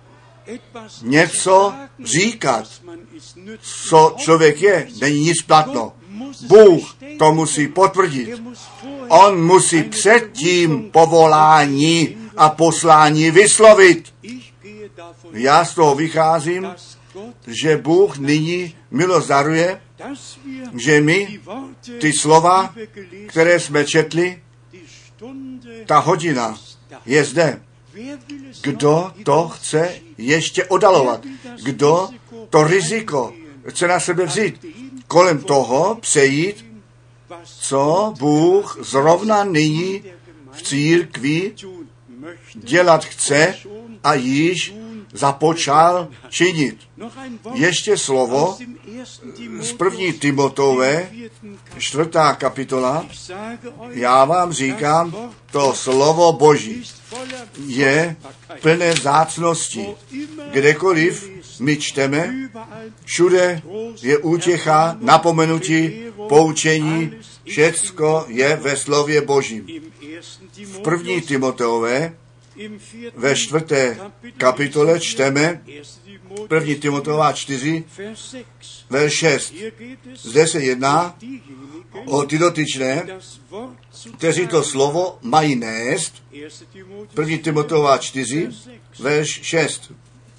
Něco říkat, co člověk je, není nic platno. Bůh to musí potvrdit. On musí předtím povolání a poslání vyslovit. Já z toho vycházím, že Bůh nyní milost daruje, že my ty slova, které jsme četli, ta hodina je zde. Kdo to chce ještě oddalovat? Kdo to riziko chce na sebe vzít? Kolem toho přejít, co Bůh zrovna nyní v církvi dělat chce a již započal činit. Ještě slovo z 1. Timotové, 4. kapitola. Já vám říkám, to slovo Boží je plné vzácnosti. Kdekoliv my čteme, všude je útěcha, napomenutí, poučení, všecko je ve slově Božím. V 1. Timoteové ve 4. kapitole čteme 1. Timoteová 4, verš 6. Zde se jedná o ty dotyčné, kteří to slovo mají nést. 1. Timoteová 4, verš 6.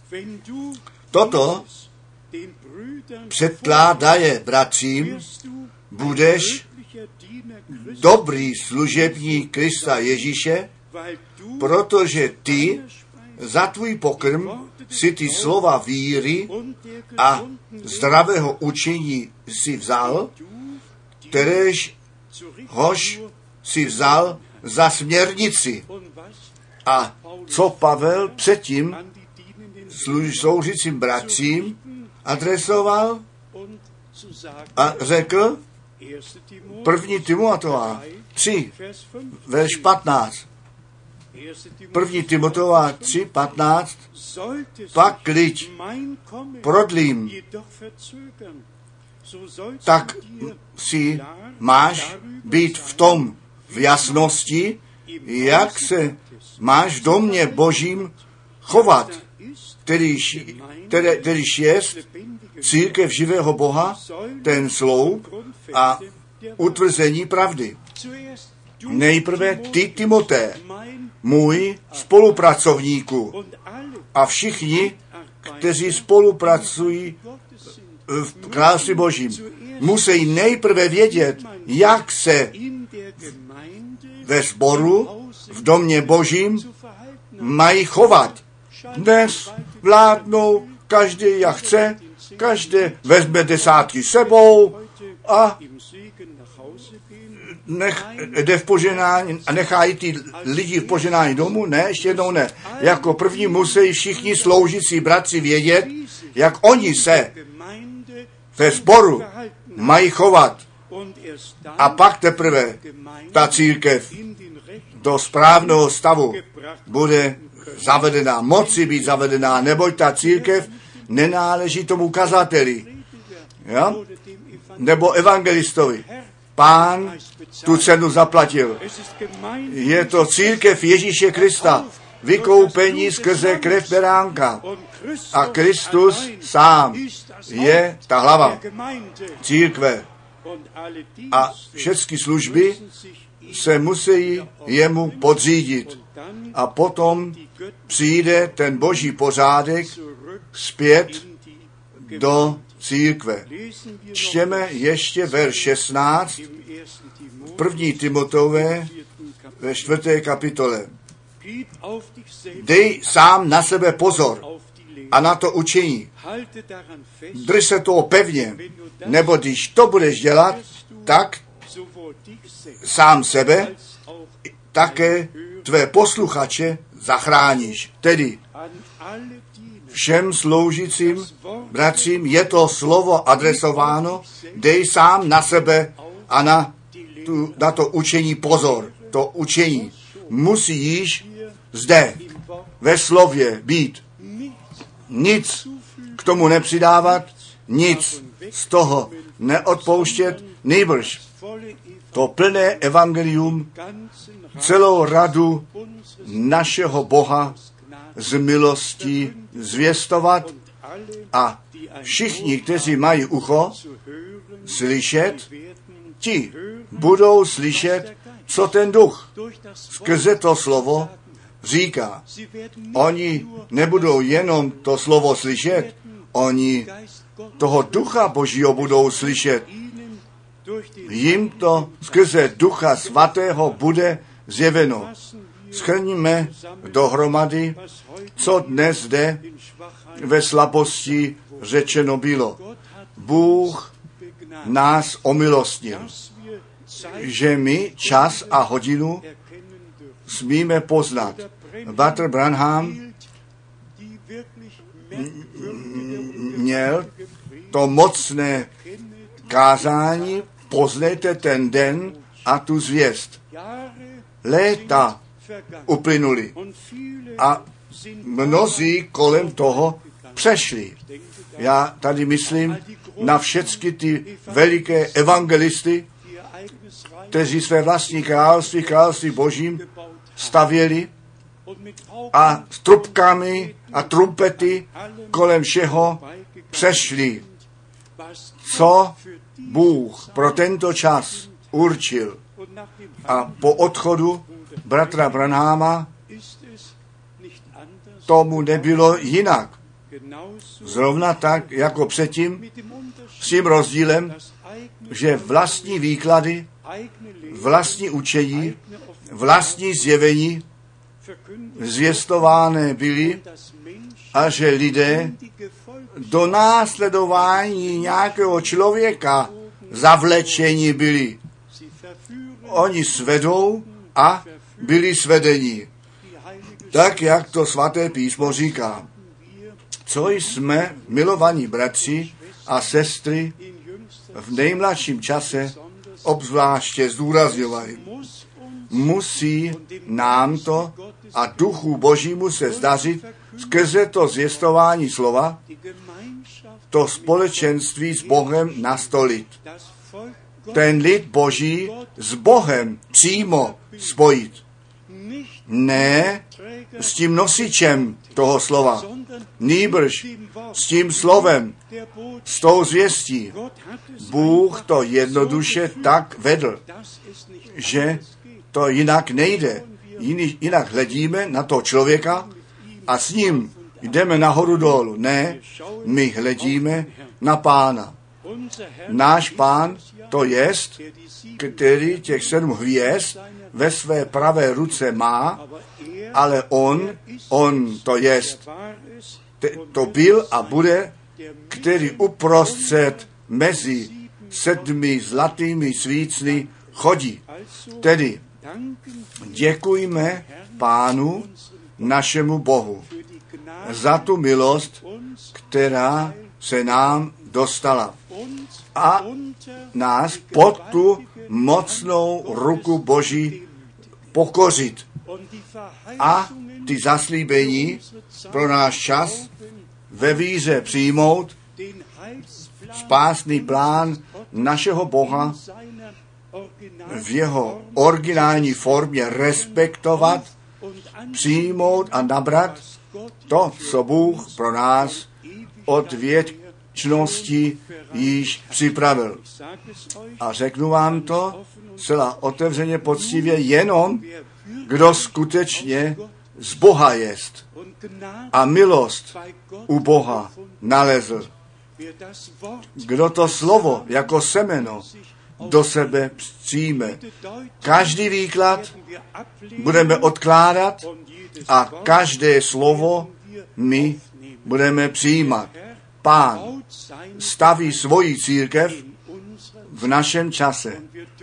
Toto předkládaje bratřím, budeš dobrý služebník Krista Ježíše, protože ty za tvůj pokrm si ty slova víry a zdravého učení si vzal, kteréž hož si vzal za směrnici. A co Pavel předtím sloužícím bratřím adresoval a řekl 1. Timoteova 3, verš 15. 1. Timoteova 3, 15. Pak liď prodlím, tak si máš být v tom v jasnosti, jak se máš v domě Božím chovat, kterýž jest církev živého Boha, ten sloup a utvrzení pravdy. Nejprve ty, Timoté, můj spolupracovníku a všichni, kteří spolupracují v království Božím, musí nejprve vědět, jak se ve sboru, v domě Božím mají chovat. Dnes vládnou každý jak chce, každý vezme desátky sebou a jde v poženání a nechají ty lidi v poženání domů? Ne, ještě jednou ne. Jako první musí všichni sloužící bratři vědět, jak oni se ve sboru mají chovat. A pak teprve ta církev do správného stavu bude zavedená, moci být zavedená, neboť ta církev nenáleží tomu kazateli, ja? Nebo evangelistovi. Pán tu cenu zaplatil. Je to církev Ježíše Krista, vykoupení skrze krev beránka. A Kristus sám je ta hlava církve. A všechny služby se musí jemu podřídit. A potom přijde ten boží pořádek zpět do církve. Čtěme ještě verš 16 v 1. Timoteové ve 4. kapitole. Dej sám na sebe pozor a na to učení. Drž se toho pevně, nebo když to budeš dělat, tak sám sebe, také tvé posluchače zachráníš. Tedy všem sloužícím bratřím je to slovo adresováno, dej sám na sebe a na to učení pozor. To učení musí již zde ve slově být. Nic k tomu nepřidávat, nic z toho neodpouštět, nýbrž to plné evangelium, celou radu našeho Boha z milostí zvěstovat a všichni, kteří mají ucho slyšet, ti budou slyšet, co ten duch skrze to slovo říká. Oni nebudou jenom to slovo slyšet, oni toho ducha Božího budou slyšet. Jim to skrze ducha svatého bude zjeveno. Shrníme dohromady, co dnes zde ve slabosti řečeno bylo. Bůh nás omilostnil, že my čas a hodinu smíme poznat. Bratr Branham měl to mocné kázání, poznejte ten den a tu zvěst. Léta uplynuli a mnozí kolem toho přešli. Já tady myslím na všechny ty veliké evangelisty, kteří své vlastní království Božím stavěli a s trubkami a trumpety kolem všeho přešli. Co Bůh pro tento čas určil. A po odchodu bratra Branhama tomu nebylo jinak. Zrovna tak, jako předtím, s tím rozdílem, že vlastní výklady, vlastní učení, vlastní zjevení zvěstovány byly a že lidé do následování nějakého člověka zavlečeni byli. Oni svedou a byli svedeni. Tak, jak to svaté písmo říká. Co jsme, milovaní bratři a sestry, v nejmladším čase obzvláště zdůrazňovali. Musí nám to a duchu Božímu se zdařit skrze to zvěstování slova, to společenství s Bohem nastolit. Ten lid Boží s Bohem přímo spojit. Ne s tím nosičem toho slova, nýbrž s tím slovem, s tou zvěstí. Bůh to jednoduše tak vedl, že to jinak nejde. Jinak hledíme na toho člověka a s ním jdeme nahoru dolů. Ne, my hledíme na Pána. Náš Pán to jest, který těch 7 hvězd ve své pravé ruce má, ale on to jest, to byl a bude, který uprostřed mezi 7 zlatými svícny chodí. Tedy děkujme Pánu našemu Bohu za tu milost, která se nám dostala a nás pod tu mocnou ruku Boží pokořit a ty zaslíbení pro náš čas ve víře přijmout, spásný plán našeho Boha v jeho originální formě respektovat přijmout a nabrat to, co Bůh pro nás od věčnosti již připravil. A řeknu vám to zcela otevřeně, poctivě, jenom kdo skutečně z Boha jest a milost u Boha nalezl. Kdo to slovo jako semeno do sebe přijme. Každý výklad budeme odkládat a každé slovo my budeme přijímat. Pán staví svoji církev v našem čase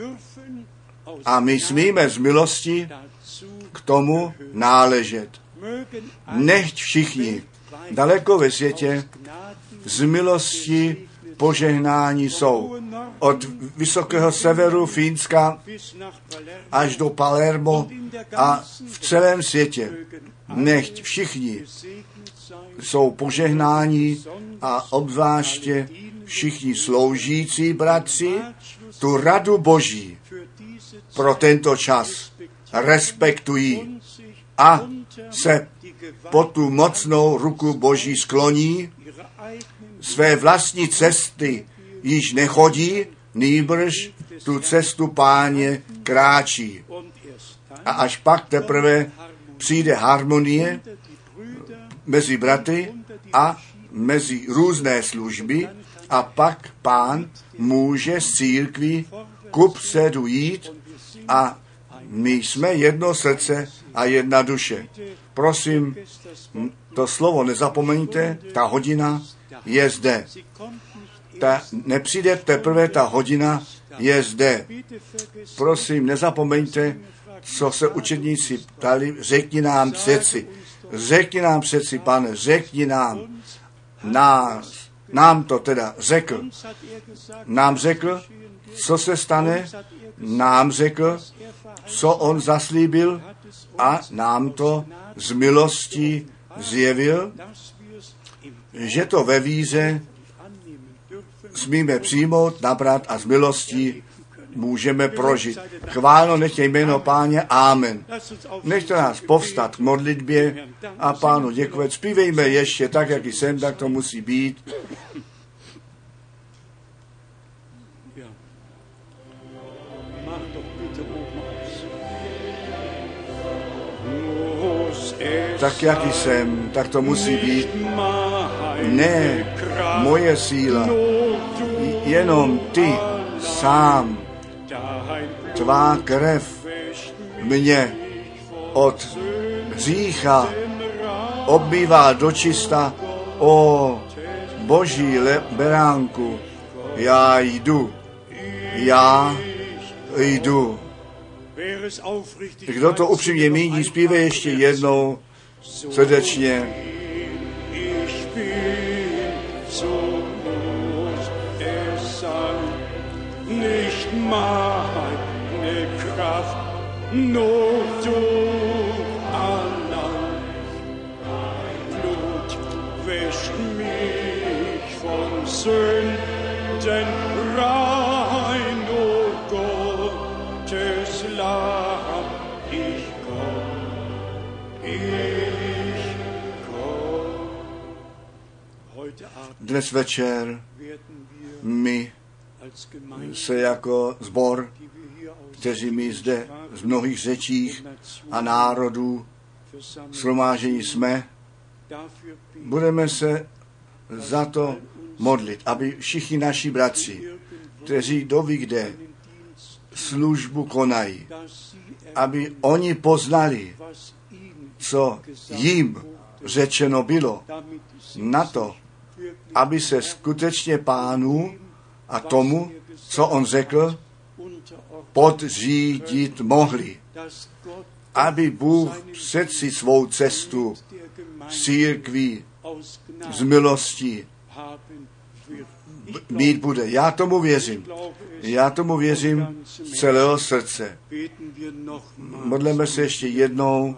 a my smíme z milosti k tomu náležet. Nechť všichni daleko ve světě z milosti požehnání jsou. Od vysokého severu Fínska až do Palermo a v celém světě. Nechť všichni jsou požehnáni a obzvláště všichni sloužící bratři tu radu Boží pro tento čas respektují a se pod tu mocnou ruku Boží skloní, své vlastní cesty již nechodí, nýbrž tu cestu Páně kráčí. A až pak teprve přijde harmonie mezi bratry a mezi různé služby a pak Pán může z církví kupředu jít a my jsme jedno srdce a jedna duše. Prosím, to slovo nezapomeňte, ta hodina je zde. Nepřijde teprve, ta hodina je zde. Prosím, nezapomeňte, co se učedníci ptali, řekni nám přeci, Pane, řekni nám to teda řekl. Nám řekl, co se stane, nám řekl, co on zaslíbil a nám to z milostí zjevil, že to ve víře smíme přijmout, nabrat a z milostí můžeme prožít. Chválno nech je jméno Páně, amen. Nechte nás povstat k modlitbě a Pánu děkovat. Zpívejme ještě tak, jak jsem, tak to musí být. Tak, jak jsem, tak to musí být. Ne moje síla, jenom ty sám. Tvá krev mě od hřícha obmývá dočista. O Boží beránku, já jdu. Kdo to upřímně míní, zpívej ještě jednou srdečně. Nicht meine Kraft, nur du allein. Blut wäscht mich von Sünden rein, o Gottes Lamm, ich komm. Dnes večer my se jako sbor, kteří my zde z mnohých řečích a národů shromáždění jsme, budeme se za to modlit, aby všichni naši bratři, kteří doví kde službu konají, aby oni poznali, co jim řečeno bylo, na to, aby se skutečně Pánu a tomu, co on řekl, podřídit mohli. Aby Bůh přeci svou cestu církví z milostí mít bude. Já tomu věřím z celého srdce. Modleme se ještě jednou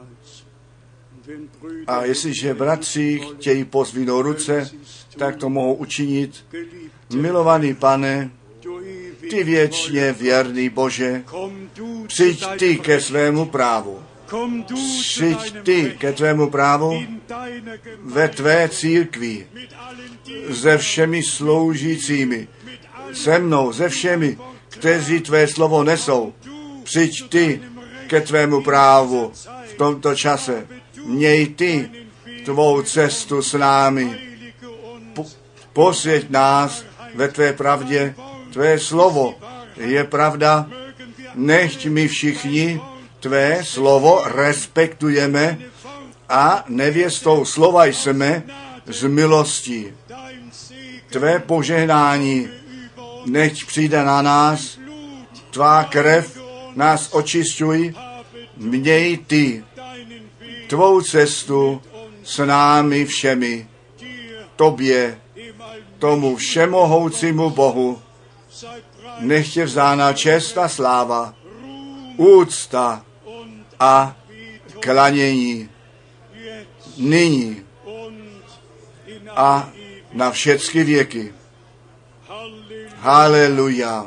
a jestliže bratři chtějí pozvinout ruce, tak to mohou učinit. Milovaný Pane, ty věčně věrný Bože, přijď ty ke svému právu Přijď ty ke tvému právu ve tvé církvi se všemi sloužícími, se mnou, se všemi, kteří tvé slovo nesou. Přijď ty ke tvému právu v tomto čase. Měj ty tvou cestu s námi. Posvěť nás ve tvé pravdě. Tvé slovo je pravda. Nechť my všichni tvé slovo respektujeme a nevěstou slova jsme z milostí. Tvé požehnání nechť přijde na nás, tvá krev nás očišťuj, měj ty tvou cestu s námi všemi. Tobě, tomu všemohoucímu Bohu, nech je vzána čest a sláva, úcta a klanění nyní a na všechny věky. Haleluja.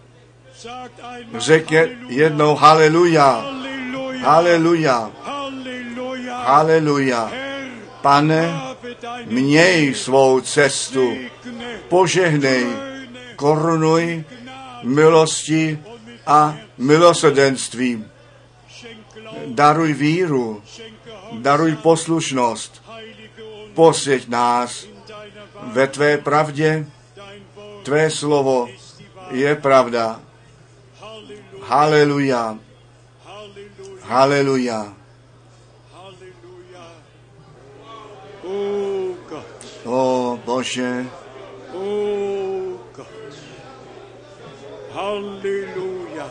Řekně jednou haleluja. Haleluja. Haleluja. Pane, měj svou cestu, požehnej, korunuj milosti a milosrdenstvím. Daruj víru, daruj poslušnost, posvěť nás ve tvé pravdě, tvé slovo je pravda. Haleluja, haleluja. O Bože, Halleluja,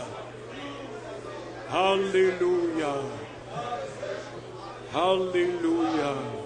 Halleluja, Halleluja.